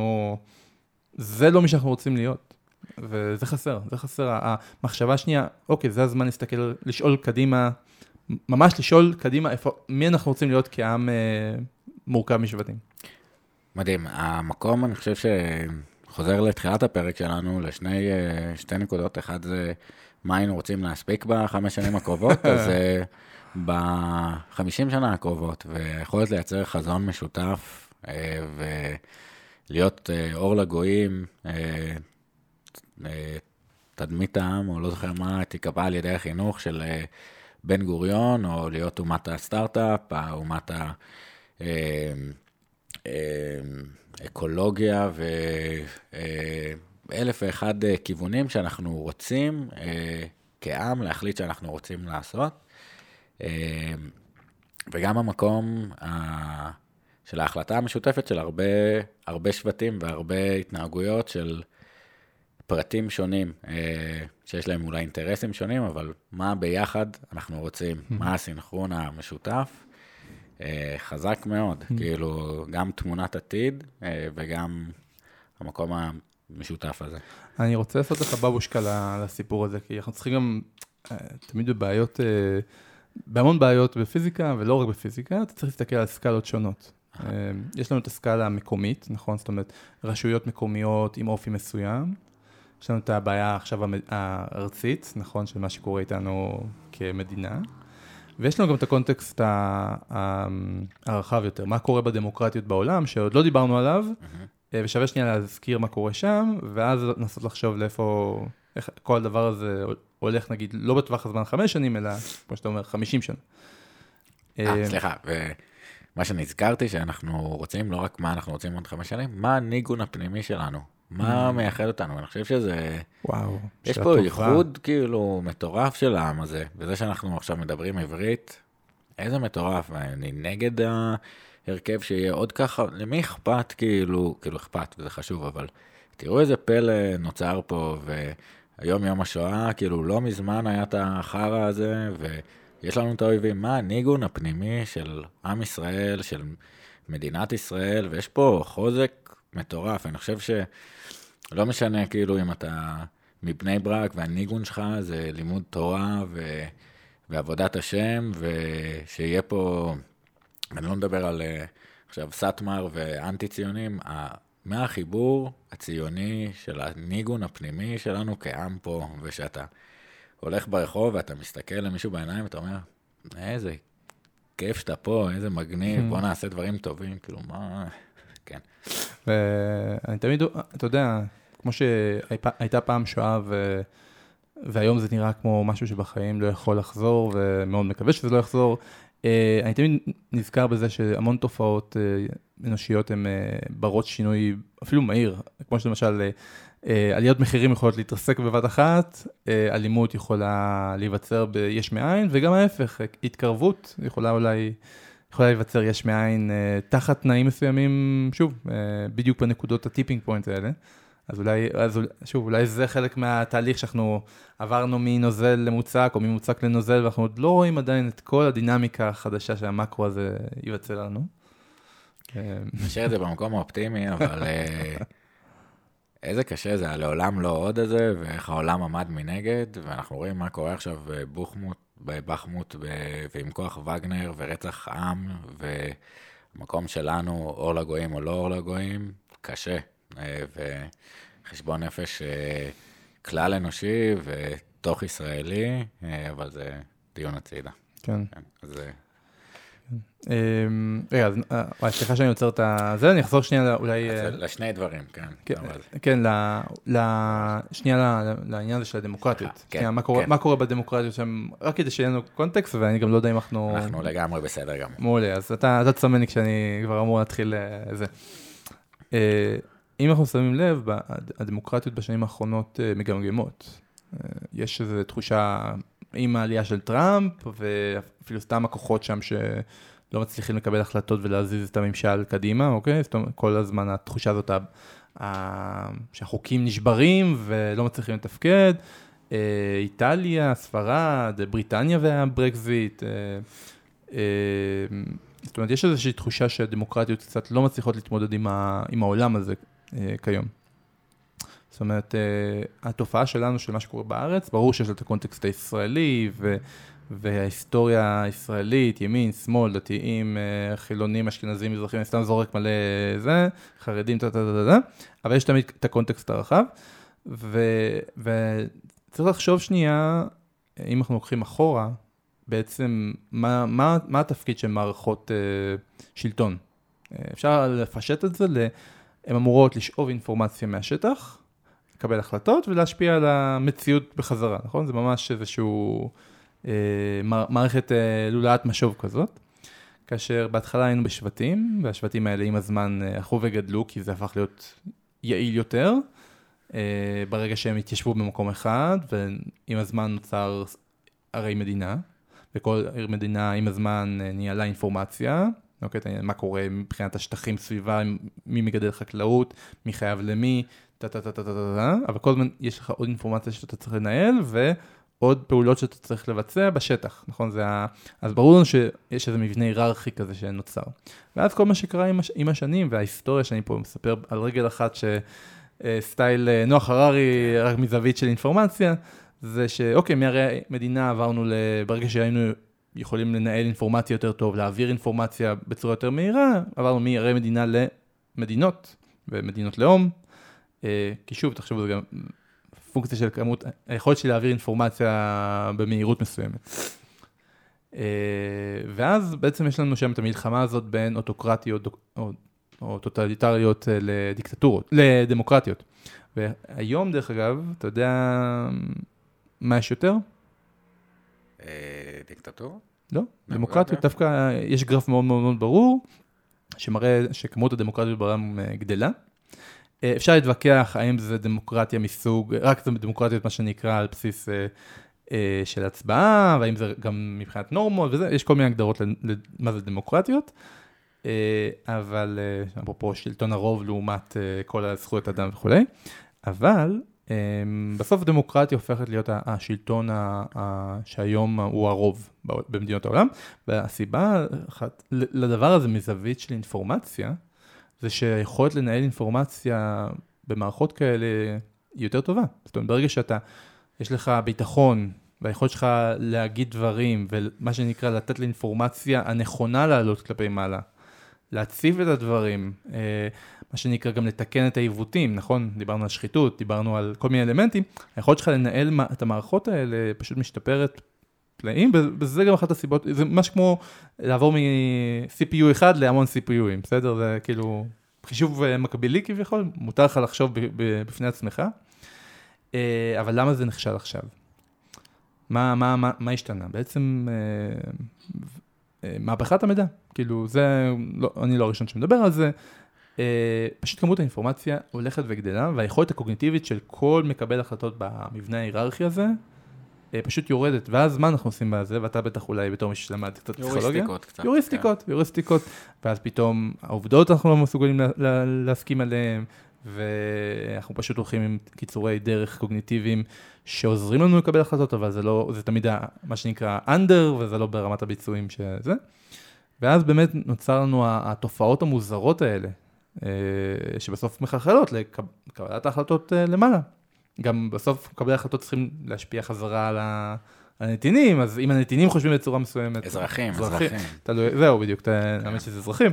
Speaker 3: זה לא מי שאנחנו רוצים להיות, וזה חסר, זה חסר, המחשבה השנייה, אוקיי, זה הזמן להסתכל, לשאול קדימה, ממש לשאול קדימה, מי אנחנו רוצים להיות כעם מורכב משבטים.
Speaker 2: מדהים, המקום, אני חושב שחוזר לתחילת הפרק שלנו, שתי נקודות, אחד זה מה היינו רוצים להספיק ב5 שנים הקרובות, אז ב50 שנה הקרובות, ויכולת לייצר חזון משותף, ולהיות אור לגויים, תדמית העם, או לא זוכר מה, תיקבע על ידי החינוך של בן גוריון, או להיות אומת הסטארט-אפ, אומת האקולוגיה, ואלף ואחד כיוונים שאנחנו רוצים, כעם, להחליט שאנחנו רוצים לעשות. וגם המקום של ההחלטה המשותפת של הרבה שבטים והרבה התנהגויות של פרטים שונים, שיש להם אולי אינטרסים שונים, אבל מה ביחד אנחנו רוצים, מה הסינכרון המשותף, חזק מאוד, כאילו גם תמונת עתיד וגם המקום המשותף הזה.
Speaker 3: אני רוצה לעשות לך בבושקה לסיפור הזה, כי אנחנו צריכים גם תמיד בבעיות, בהמון בעיות בפיזיקה, ולא רק בפיזיקה, אתה צריך להסתכל על סקלות שונות. יש לנו את הסקלה המקומית, נכון? זאת אומרת, רשויות מקומיות עם אופי מסוים. יש לנו את הבעיה עכשיו הארצית, נכון? של מה שקורה איתנו כמדינה. ויש לנו גם את הקונטקסט הרחב יותר. מה קורה בדמוקרטיות בעולם, שעוד לא דיברנו עליו, ושווה שנייה להזכיר מה קורה שם, ואז לנסות לחשוב לאיפה, איך כל הדבר הזה הולך, נגיד, לא בטווח הזמן 5 שנים, אלא, כמו שאתה אומר, 50 שנה.
Speaker 2: סליחה, ומה שנזכרתי שאנחנו רוצים, לא רק מה אנחנו רוצים עוד 5 שנים, מה הניגון הפנימי שלנו? מה מייחד אותנו? אני חושב שזה...
Speaker 3: וואו,
Speaker 2: יש פה ייחוד כאילו מטורף של העם הזה, וזה שאנחנו עכשיו מדברים עברית, איזה מטורף, ואני נגד ההרכב שיהיה עוד ככה, למי אכפת כאילו אכפת, וזה חשוב, אבל תראו איזה פלא נוצר פה, והיום יום השואה, כאילו לא מזמן היה את החרא הזה, ויש לנו את האויבים, מה הניגון הפנימי של עם ישראל, של מדינת ישראל, ויש פה חוזק מטורף, אני חושב שלא משנה כאילו אם אתה מבני ברק והניגון שלך זה לימוד תורה ועבודת השם, ושיהיה פה, אני לא מדבר על עכשיו סטמר ואנטי ציונים, מהחיבור הציוני של הניגון הפנימי שלנו כעם פה, ושאתה הולך ברחוב ואתה מסתכל למישהו בעיניים ואתה אומר, איזה כיף שאתה פה, איזה מגניב, בוא נעשה דברים טובים, כאילו מה... כן.
Speaker 3: ואני תמיד, אתה יודע, כמו שהייתה פעם שואה והיום זה נראה כמו משהו שבחיים לא יכול לחזור, ומאוד מקווה שזה לא יחזור, אני תמיד נזכר בזה שהמון תופעות אנושיות הן ברות שינוי אפילו מהיר, כמו שלמשל עליות מחירים יכולות להתרסק בבת אחת, אלימות יכולה להיווצר ביש מאין, וגם ההפך, התקרבות יכולה להיווצר יש מאין תחת תנאים מסוימים, שוב, בדיוק בנקודות הטיפינג פוינט האלה. אז אולי זה חלק מהתהליך שאנחנו עברנו מנוזל למוצק, או ממוצק לנוזל, ואנחנו עוד לא רואים עדיין את כל הדינמיקה החדשה שהמקרו הזה ייווצר לנו.
Speaker 2: נשאר את זה במקום האופטימי, אבל איזה קשה זה, לעולם לא עוד הזה, ואיך העולם עמד מנגד, ואנחנו רואים מה קורה עכשיו בבחמוט, ועם כוח וגנר, ורצח עם, המקום שלנו, אור לגויים או לא אור לגויים, קשה. וחשבון נפש כלל אנושי ותוך ישראלי, אבל זה דיון הצידה.
Speaker 3: כן.
Speaker 2: אז
Speaker 3: רגע, אז סליחה שאני יוצר את זה, אני אחזור שנייה אולי...
Speaker 2: לשני דברים, כן.
Speaker 3: כן, שנייה לעניין הזה של הדמוקרטיות. מה קורה בדמוקרטיות שם, רק כדי שיהיה לנו קונטקסט, ואני גם לא יודע אם אנחנו...
Speaker 2: אנחנו לגמרי בסדר גם.
Speaker 3: מעולה, אז אתה תסמן לי כשאני כבר אמור להתחיל זה. אם אנחנו שמים לב, הדמוקרטיות בשנים האחרונות מגמגמות. יש איזו תחושה עם העלייה של טראמפ, ואפילו סתם הכוחות שם שלא מצליחים לקבל החלטות ולהזיז את הממשל קדימה, אוקיי? זאת אומרת, כל הזמן התחושה הזאת שהחוקים נשברים ולא מצליחים לתפקד. איטליה, ספרד, בריטניה והברקזיט. זאת אומרת, יש איזושהי תחושה שהדמוקרטיות קצת לא מצליחות להתמודד עם העולם הזה כיום. זאת אומרת, התופעה שלנו של מה שקורה בארץ, ברור שיש לה את הקונטקסט הישראלי וההיסטוריה הישראלית, ימין, שמאל, דתיים, חילונים, אשכנזים, מזרחים, סתם זורק מלא זה, חרדים, אבל יש תמיד את הקונטקסט הרחב, וצריך לחשוב שנייה, אם אנחנו לוקחים אחורה, בעצם מה התפקיד של מערכות שלטון? אפשר לפשט את זה, הן אמורות לשאוב אינפורמציה מהשטח, לקבל החלטות ולהשפיע על המציאות בחזרה, נכון? זה ממש איזשהו מערכת לולאת משוב כזאת, כאשר בהתחלה היינו בשבטים, והשבטים האלה עם הזמן הלכו וגדלו, כי זה הפך להיות יעיל יותר, ברגע שהם התיישבו במקום אחד, ועם הזמן נוצר ערי מדינה, וכל עיר מדינה עם הזמן ניהלה אינפורמציה, אוקיי, מה קורה מבחינת השטחים סביבה, מי מגדל חקלאות, מי חייב למי, אבל כל הזמן יש לך עוד אינפורמציה שאתה צריך לנהל, ועוד פעולות שאתה צריך לבצע בשטח, נכון? אז ברור לנו שיש איזה מבנה היררכי כזה שנוצר. ואז כל מה שקרה עם השנים, וההיסטוריה שאני פה מספר על רגל אחת, שסטייל נוח הררי, רק מזווית של אינפורמציה, זה שאוקיי, מהרי מדינה עברנו ברגע שהיינו יכולים לנהל אינפורמציה יותר טוב, להעביר אינפורמציה בצורה יותר מהירה, עברנו מהרי מדינה למדינות, ומדינות לאום, כי שוב, תחשבו, זה גם פונקציה של כמות, היכולת שלי להעביר אינפורמציה במהירות מסוימת. ואז בעצם יש לנו שם את המלחמה הזאת בין אוטוקרטיות או טוטליטריות לדמוקרטיות. והיום, דרך אגב, אתה יודע מה יש יותר?
Speaker 2: דיקטטורה?
Speaker 3: לא, דמוקרטיות, דווקא יש גרף מאוד מאוד מאוד ברור, שמראה שכמות הדמוקרטיות בעולם גדלה. אפשר להתווכח האם זה דמוקרטיה מסוג, רק זה דמוקרטיות מה שנקרא על בסיס של הצבעה, והאם זה גם מבחינת נורמות, וזה, יש כל מיני הגדרות למה זה דמוקרטיות, אבל, אפרופו שלטון הרוב לעומת כל הזכויות אדם וכו', אבל בסוף דמוקרטיה הופכת להיות השלטון שהיום הוא הרוב במדינות העולם, והסיבה לדבר הזה מזווית של אינפורמציה, זה שיכולת לנהל אינפורמציה במערכות כאלה היא יותר טובה. זאת אומרת, ברגע יש לך ביטחון, והיכולת שלך להגיד דברים, ומה שנקרא לתת לאינפורמציה הנכונה לעלות כלפי מעלה, להציב את הדברים, מה שנקרא גם לתקן את העיוותים, נכון? דיברנו על שחיתות, דיברנו על כל מיני אלמנטים, היכולת שלך לנהל את המערכות האלה פשוט משתפרת פלאים, וזה גם אחת הסיבות, זה ממש כמו לעבור מ-CPU אחד להמון CPUים, בסדר? זה כאילו חישוב מקבילי כביכול, מותר לך לחשוב בפני עצמך, אבל למה זה נכשל עכשיו? מה השתנה? בעצם מהפכת המידע, כאילו זה, אני לא הראשון שמדבר על זה, פשוט כמות האינפורמציה הולכת וגדלה, והיכולת הקוגניטיבית של כל מקבל החלטות במבנה ההיררכי הזה, פשוט יורדת, ואז מה אנחנו עושים בזה, ואתה בטח אולי בתור מישהו שלמד קצת פסיכולוגיה. יוריסטיקות, ואז פתאום העובדות אנחנו לא מסוגלים להסכים עליהן, ואנחנו פשוט הולכים עם קיצורי דרך קוגניטיביים שעוזרים לנו לקבל החלטות, אבל זה תמיד מה שנקרא under, וזה לא ברמת הביצועים שזה. ואז באמת נוצר לנו התופעות המוזרות האלה, שבסוף מחלחלות לקבלת ההחלטות למעלה. גם בסוף מקבלי ההחלטות צריכים להשפיע חזרה הנתינים, אז אם הנתינים חושבים בצורה מסוימת...
Speaker 2: אזרחים.
Speaker 3: זהו בדיוק, האמת שזה אזרחים.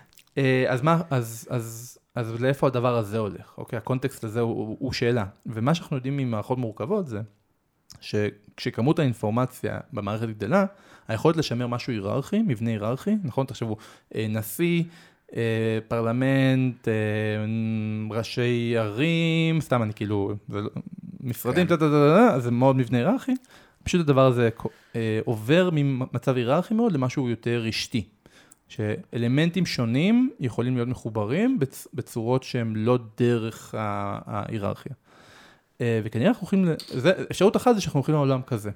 Speaker 3: אז לאיפה הדבר הזה הולך? אוקיי, הקונטקסט הזה הוא שאלה. ומה שאנחנו יודעים ממערכות מורכבות זה, שכשכמות האינפורמציה במערכת גדלה, היכולת לשמר משהו היררכי, מבנה היררכי, נכון? תחשבו, נשיא, פרלמנט, ראשי ערים, סתם אני כאילו, משרדים, אז זה מאוד מבנה היררכי. פשוט הדבר הזה עובר ממצב היררכי מאוד למשהו יותר רשתי. שאלמנטים שונים יכולים להיות מחוברים בצורות שהן לא דרך ההיררכיה. וכנראה אנחנו הולכים, אפשרות אחת זה שאנחנו הולכים לעולם כזה,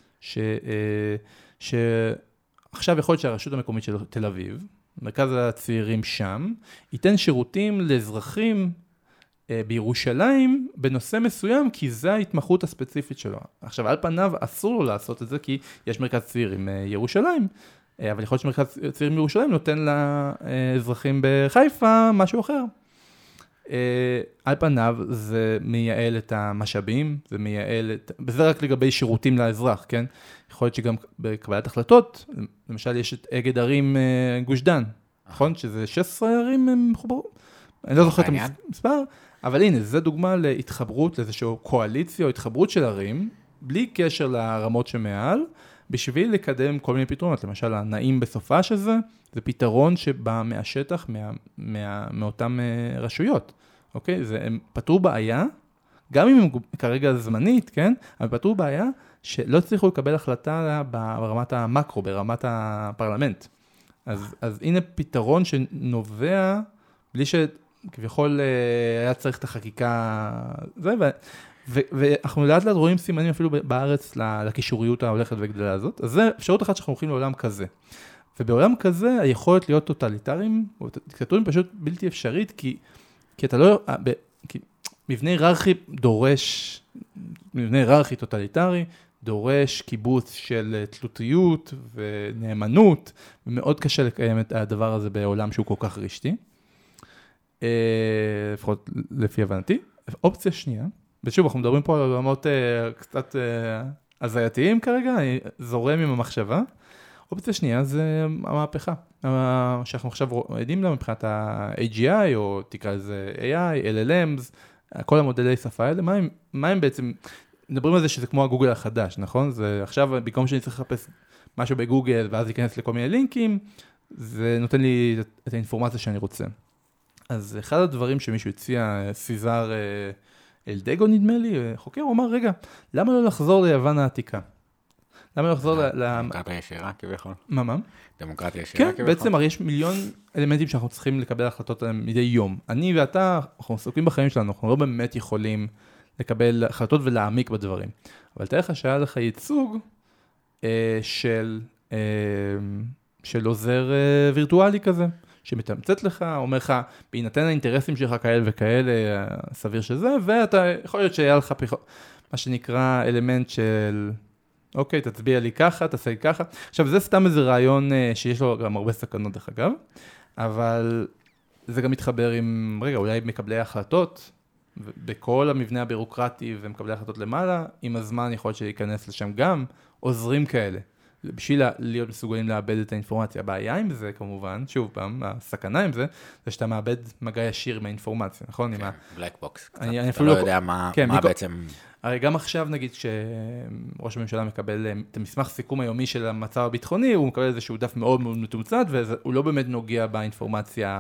Speaker 3: שעכשיו יכול להיות שהרשות המקומית של תל אביב, מרכז הצעירים שם, ייתן שירותים לאזרחים בירושלים בנושא מסוים, כי זה ההתמחות הספציפית שלו. עכשיו, על פניו אסור לו לעשות את זה, כי יש מרכז צעירים ירושלים, אבל יכול להיות שמרכז צעירים בירושלים נותן לאזרחים בחיפה משהו אחר. על פניו זה מייעל את המשאבים, זה מייעל וזה רק לגבי שירותים לאזרח, כן? יכול להיות שגם בקבלת החלטות, למשל יש את אגד ערים גוש דן, נכון? שזה 16 ערים מחוברות. אני לא זוכר את המספר, אבל הנה, זה דוגמה להתחברות, לאיזושהי קואליציה או התחברות של ערים, בלי קשר לרמות שמעל, בשביל לקדם כל מיני פתרונות. למשל, הנעים בסופה שזה, זה פתרון שבא מהשטח, מאותם רשויות. אוקיי? הם פתרו בעיה, גם אם הם כרגע זמנית, כן? אבל פתרו בעיה שלא צריכו לקבל החלטה ברמת המקרו, ברמת הפרלמנט. אז הנה פתרון שנובע, בלי שכביכול היה צריך את החקיקה, ואנחנו לאט לאט רואים סימנים אפילו בארץ לקישוריות ההולכת וגדלה הזאת. אז זה אפשרות אחת שאנחנו הולכים לעולם כזה. ובעולם כזה היכולת להיות טוטליטריים, או דיקטטוריים פשוט בלתי אפשרית, כי אתה לא, כי מבנה היררכי דורש, מבנה היררכי טוטליטרי, דורש קיבוץ של תלותיות ונאמנות, ומאוד קשה לקיים את הדבר הזה בעולם שהוא כל כך רשתי, לפחות לפי הבנתי. אופציה שנייה, ושוב, אנחנו מדברים פה על עולמות קצת הזייתיים כרגע, אני זורם עם המחשבה. אופציה שנייה זה המהפכה, שאנחנו עכשיו עדים לה מבחינת ה-AGI, או תקרא לזה AI, LLMs, כל המודלי שפה האלה, מה הם בעצם, מדברים על זה שזה כמו הגוגל החדש, נכון? זה עכשיו, במקום שאני צריך לחפש משהו בגוגל, ואז להיכנס לכל מיני לינקים, זה נותן לי את האינפורמציה שאני רוצה. אז אחד הדברים שמישהו הציע, סיזר אלדגו נדמה לי, חוקר, הוא אמר, רגע, למה לא לחזור ליוון העתיקה? למה לא לחזור
Speaker 2: דמוקרטיה ישירה כביכול?
Speaker 3: מה?
Speaker 2: דמוקרטיה ישירה
Speaker 3: כביכול? כן, בעצם הרי יש מיליון אלמנטים שאנחנו צריכים לקבל החלטות מדי יום. אני ואתה, אנחנו עסוקים בחיים שלנו, אנחנו לא באמת יכולים לקבל החלטות ולהעמיק בדברים. אבל תראה לך שהיה לך ייצוג של עוזר וירטואלי כזה, שמתמצת לך, אומר לך, בהינתן האינטרסים שלך כאלה וכאלה, סביר שזה, ואתה יכול להיות שהיה לך מה שנקרא אלמנט של, אוקיי, תצביע לי ככה, תעשה לי ככה. עכשיו, זה סתם איזה רעיון שיש לו גם הרבה סכנות דרך אגב, אבל זה גם מתחבר עם, רגע, אולי מקבלי ההחלטות, בכל המבנה הבירוקרטי ומקבלי ההחלטות למעלה, עם הזמן יכול להיות שייכנס לשם גם עוזרים כאלה. בשביל להיות מסוגלים לאבד את האינפורמציה. הבעיה עם זה, כמובן, שוב פעם, הסכנה עם זה, זה שאתה מאבד מגע ישיר מהאינפורמציה, נכון?
Speaker 2: כן, בלק בוקס.
Speaker 3: אתה
Speaker 2: לא יודע מה בעצם...
Speaker 3: הרי גם עכשיו, נגיד, כשראש הממשלה מקבל את המסמך סיכום היומי של המצב הביטחוני, הוא מקבל איזשהו דף מאוד מאוד מתומצת, והוא לא באמת נוגע באינפורמציה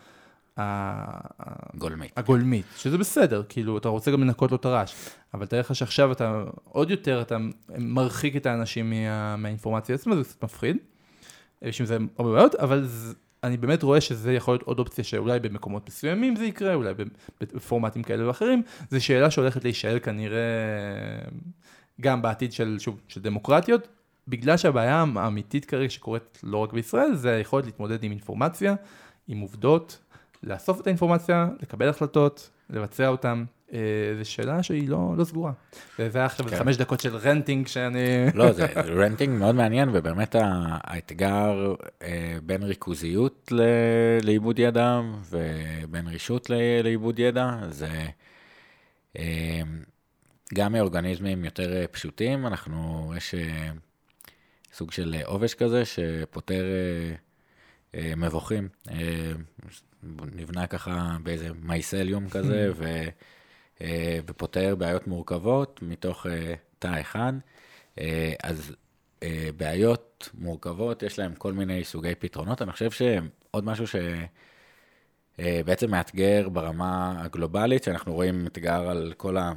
Speaker 3: הגולמית, שזה בסדר, כאילו, אתה רוצה גם לנקות לו את הרעש, אבל תראה לך שעכשיו אתה, עוד יותר, אתה מרחיק את האנשים מהאינפורמציה עצמה, זה קצת מפחיד, יש עם זה הרבה בעיות, אבל אני באמת רואה שזה יכול להיות עוד אופציה, שאולי במקומות מסוימים זה יקרה, אולי בפורמטים כאלה ואחרים, זו שאלה שהולכת להישאל כנראה, גם בעתיד של דמוקרטיות, בגלל שהבעיה האמיתית כרגע שקורית לא רק בישראל, זה היכולת להתמודד עם אינפורמציה, עם עובדות, לאסוף את האינפורמציה, לקבל החלטות, לבצע אותם. זו שאלה שהיא לא סגורה. זה היה עכשיו 5 דקות של רנטינג שאני... לא,
Speaker 2: זה רנטינג מאוד מעניין, ובאמת האתגר בין ריכוזיות לאיבוד ידע, ובין רישות לאיבוד ידע, זה... גם מאורגניזמים יותר פשוטים, יש סוג של עובש כזה שפותר מבוכים. נבנה ככה באיזה מייסליום כזה, ופותר בעיות מורכבות מתוך תא אחד. אז בעיות מורכבות, יש להם כל מיני סוגי פתרונות. אני חושב שעוד משהו שבעצם מאתגר ברמה הגלובלית, שאנחנו רואים אתגר על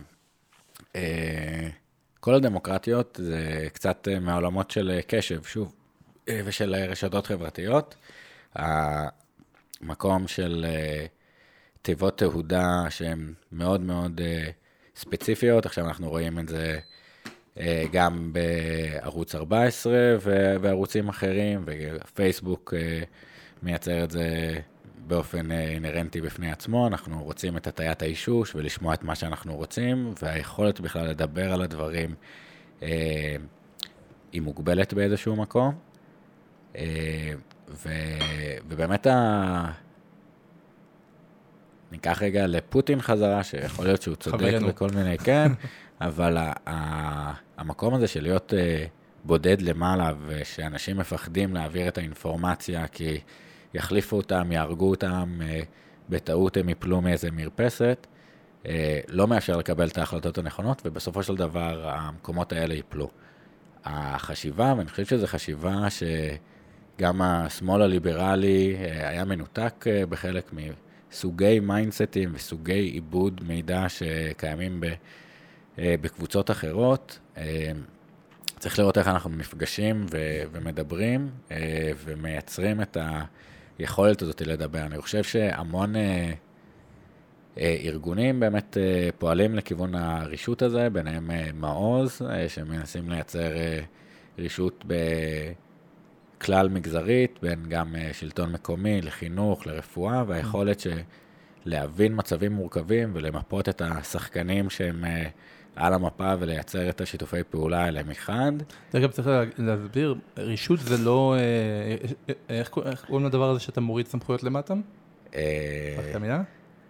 Speaker 2: כל הדמוקרטיות, זה קצת מהעולמות של קשב, שוב, ושל רשתות חברתיות. המקום של תיבות תהודה שהן מאוד מאוד ספציפיות, עכשיו אנחנו רואים את זה גם בערוץ 14 וערוצים אחרים, ופייסבוק מייצר את זה באופן אינרנטי בפני עצמו. אנחנו רוצים את הטיית האישוש ולשמוע את מה שאנחנו רוצים, והיכולת בכלל לדבר על הדברים היא מוגבלת באיזשהו מקום. ובאמת ניקח רגע לפוטין חזרה, שיכול להיות שהוא צודק בכל מיני, כן, אבל המקום הזה של להיות בודד למעלה, ושאנשים מפחדים להעביר את האינפורמציה, כי יחליפו אותם, יהרגו אותם, בטעות הם יפלו מאיזה מרפסת, לא מאפשר לקבל את ההחלטות הנכונות, ובסופו של דבר המקומות האלה יפלו. החשיבה, ואני חושב שזו חשיבה שגם השמאל הליברלי היה מנותק בחלק מסוגי מיינדסטים וסוגי עיבוד מידע שקיימים בקבוצות אחרות. צריך לראות איך אנחנו נפגשים ומדברים ומייצרים את היכולת הזאת לדבר. אני חושב שהמון ארגונים באמת פועלים לכיוון הרישות הזה, ביניהם מעוז, שמנסים לייצר רישות בכלל מגזרית, בין גם שלטון מקומי לחינוך, לרפואה, והיכולת להבין מצבים מורכבים ולמפות את השחקנים שהם על המפה ולייצר את השיתופי פעולה אליהם אחד.
Speaker 3: אגב, צריך להסביר, רישות זה לא, איך קוראים לדבר הזה שאתה מוריד סמכויות למטה? רק את המילה?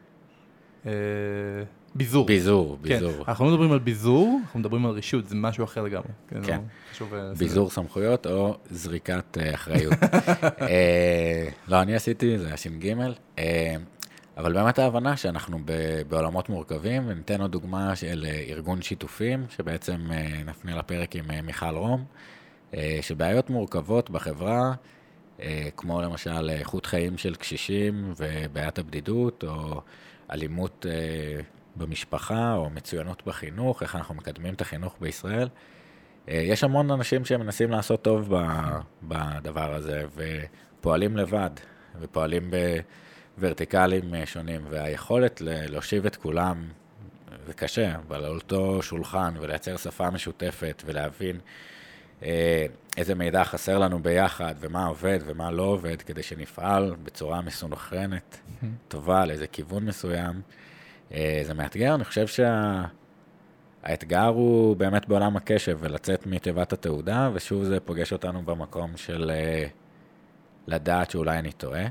Speaker 3: ביזור.
Speaker 2: ביזור.
Speaker 3: אנחנו לא מדברים על ביזור, אנחנו מדברים על רישות, זה משהו אחר לגמרי.
Speaker 2: כן, ביזור סמכויות או זריקת אחריות. לא, אני עשיתי, זה הש"ג. אבל באמת ההבנה שאנחנו בעולמות מורכבים, וניתן עוד דוגמה של ארגון שיתופים, שבעצם נפנה לפרק עם מיכל רום, שבעיות מורכבות בחברה, כמו למשל איכות חיים של קשישים ובעיית הבדידות, או אלימות במשפחה, או מצוינות בחינוך, איך אנחנו מקדמים את החינוך בישראל. יש המון אנשים שמנסים לעשות טוב בדבר הזה, ופועלים לבד, ופועלים ורטיקלים שונים, והיכולת להושיב את כולם, זה קשה, אבל על אותו שולחן, ולייצר שפה משותפת, ולהבין איזה מידע חסר לנו ביחד, ומה עובד ומה לא עובד, כדי שנפעל בצורה מסונכרנת, טובה, לאיזה כיוון מסוים. זה מאתגר, אני חושב שהאתגר הוא באמת בעולם הקשב, ולצאת מתיבת התעודה, ושוב זה פוגש אותנו במקום של לדעת שאולי אני טועה.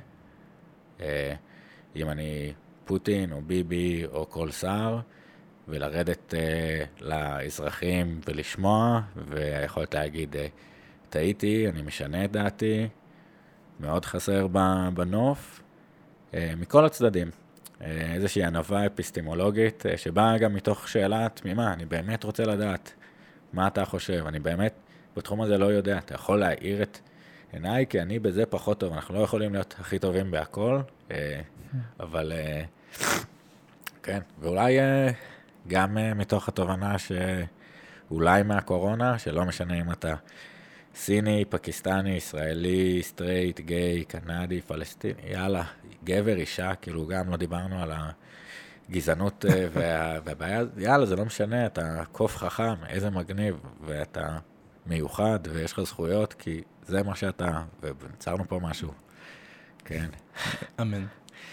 Speaker 2: אם אני פוטין או ביבי או כל שר, ולרדת לאזרחים ולשמוע, והיכולת להגיד, טעיתי, אני משנה את דעתי, מאוד חסר בנוף, מכל הצדדים. איזושהי ענווה אפיסטמולוגית, שבאה גם מתוך שאלה תמימה, אני באמת רוצה לדעת מה אתה חושב, אני באמת בתחום הזה לא יודע, אתה יכול להעיר את עיניי, כי אני בזה פחות טוב, אנחנו לא יכולים להיות הכי טובים בהכל, אבל כן, ואולי גם מתוך התובנה שאולי מהקורונה, שלא משנה אם אתה סיני, פקיסטני, ישראלי, סטרייט, גיי, קנדי, פלסטיני, יאללה, גבר, אישה, כאילו גם לא דיברנו על הגזענות והבעיה, יאללה, זה לא משנה, אתה קוף חכם, איזה מגניב, ואתה מיוחד ויש לך זכויות, כי זה מה שאתה, ונצרנו פה משהו. כן.
Speaker 3: אמן.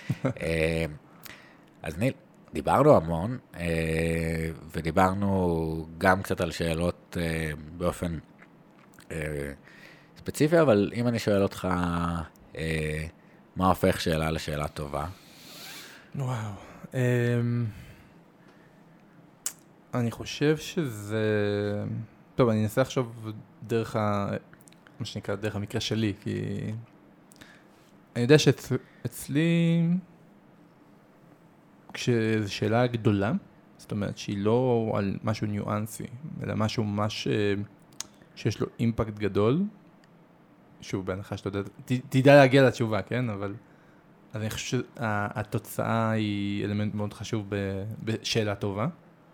Speaker 2: אז ניל, דיברנו המון, ודיברנו גם קצת על שאלות באופן ספציפי, אבל אם אני שואל אותך, מה הופך שאלה לשאלה טובה?
Speaker 3: וואו. אני חושב שזה... טוב, אני אנסה לחשוב דרך מה שנקרא, דרך המקרה שלי, כי... אני יודע שאצלי, כשזו שאלה גדולה, זאת אומרת שהיא לא על משהו ניואנסי, אלא משהו ממש שיש לו אימפקט גדול, שוב, בהנחה שאתה תדע להגיע לתשובה, כן? אבל... אז אני חושב שהתוצאה היא אלמנט מאוד חשוב בשאלה טובה.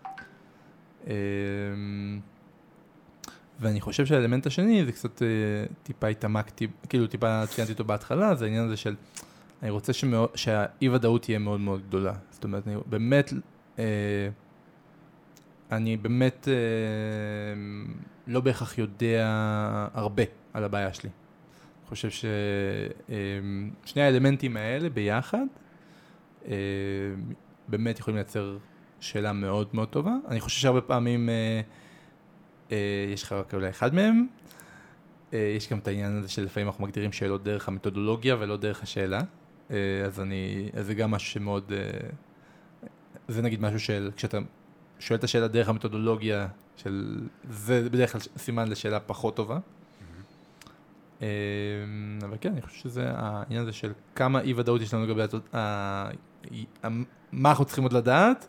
Speaker 3: ואני חושב שהאלמנט השני זה קצת טיפה התעמקתי, כאילו טיפה ציינתי אותו בהתחלה, זה העניין הזה של, אני רוצה שהאי-ודאות תהיה מאוד מאוד גדולה. זאת אומרת, אני באמת לא בהכרח יודע הרבה על הבעיה שלי. אני חושב ששני האלמנטים האלה ביחד באמת יכולים לייצר שאלה מאוד מאוד טובה. אני חושב שהרבה פעמים יש לך רק אולי אחד מהם. יש גם את העניין הזה שלפעמים אנחנו מגדירים שאלות דרך המתודולוגיה ולא דרך השאלה. אז זה גם משהו שמאוד, זה נגיד משהו של, כשאתה שואל את השאלה דרך המתודולוגיה, זה בדרך כלל סימן לשאלה פחות טובה. אבל כן, אני חושב שזה העניין הזה של כמה אי ודאות יש לנו לגבי מה אנחנו צריכים עוד לדעת,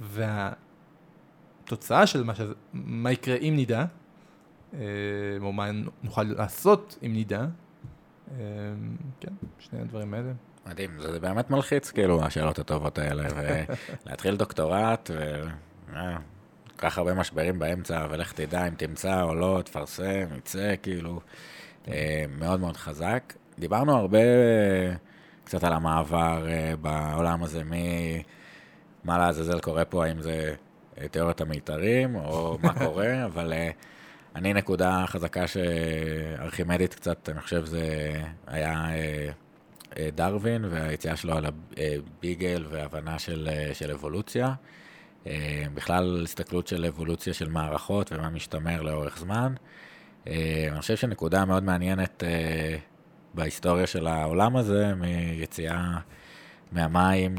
Speaker 3: והתוצאה של מה יקרה אם נדע, או מה נוכל לעשות אם נדע. כן, שני הדברים האלה.
Speaker 2: מדהים, זה באמת מלחיץ, כאילו, השאלות הטובות האלה, ולהתחיל דוקטורט, וכך הרבה משברים באמצע, ולך תדע אם תמצא או לא, תפרסם, יצא, כאילו, מאוד מאוד חזק. דיברנו הרבה קצת על המעבר בעולם הזה, מה לעזאזל קורה פה, האם זה תיאוריית המיתרים, או מה קורה, אבל אני נקודה חזקה שארכימדית קצת, אני חושב זה היה דרווין, והיציאה שלו על הביגל והבנה של אבולוציה. בכלל הסתכלות של אבולוציה של מערכות ומה משתמר לאורך זמן. אני חושב שנקודה מאוד מעניינת בהיסטוריה של העולם הזה, מיציאה מהמים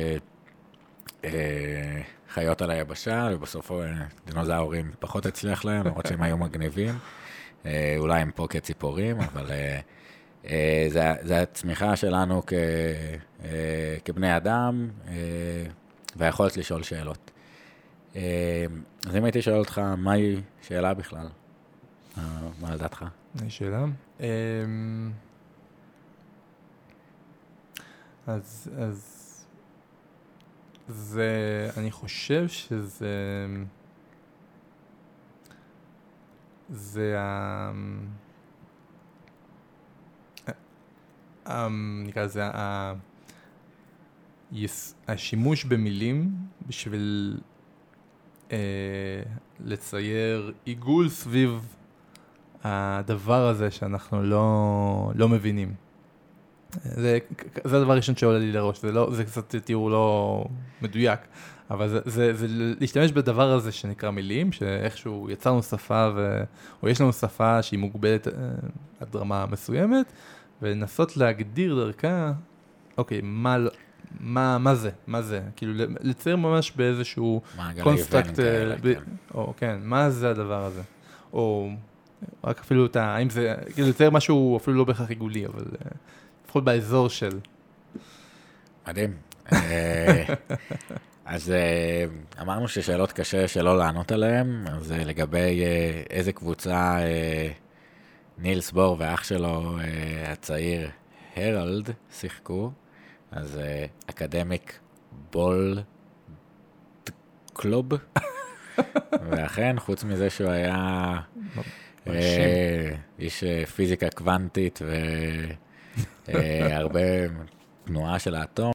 Speaker 2: לחיות על היבשה, ובסוף דינוזאורים פחות הצליח להם, למרות שהם היו מגניבים. אולי הם פה כציפורים, אבל זה הצמיחה שלנו כבני אדם, והיכולת לשאול שאלות. אז אם הייתי שואל אותך, מהי שאלה בכלל? מה לדעתך?
Speaker 3: מהי שאלה? אז זה, אני חושב שזה, נקרא לזה, השימוש במילים בשביל לצייר עיגול סביב הדבר הזה שאנחנו לא מבינים. זה הדבר ראשון שעולה לי לראש, זה קצת תיאור לא מדויק, אבל זה להשתמש בדבר הזה שנקרא מילים, שאיכשהו יצרנו שפה, או יש לנו שפה שהיא מוגבלת עד רמה מסוימת, ולנסות להגדיר דרכה, אוקיי, מה זה? כאילו לצייר ממש באיזשהו קונסטרקט, או כן, מה זה הדבר הזה? או רק אפילו האם זה, כאילו לצייר משהו אפילו לא בהכרח עיגולי, אבל לפחות באזור של.
Speaker 2: מדהים. אז אמרנו ששאלות קשה שלא לענות עליהן, אז לגבי איזה קבוצה נילס בור ואח שלו הצעיר הרלד שיחקו, אז אקדמיק בול קלוב, ואכן, חוץ מזה שהוא היה איש פיזיקה קוונטית והרבה תנועה של האטום,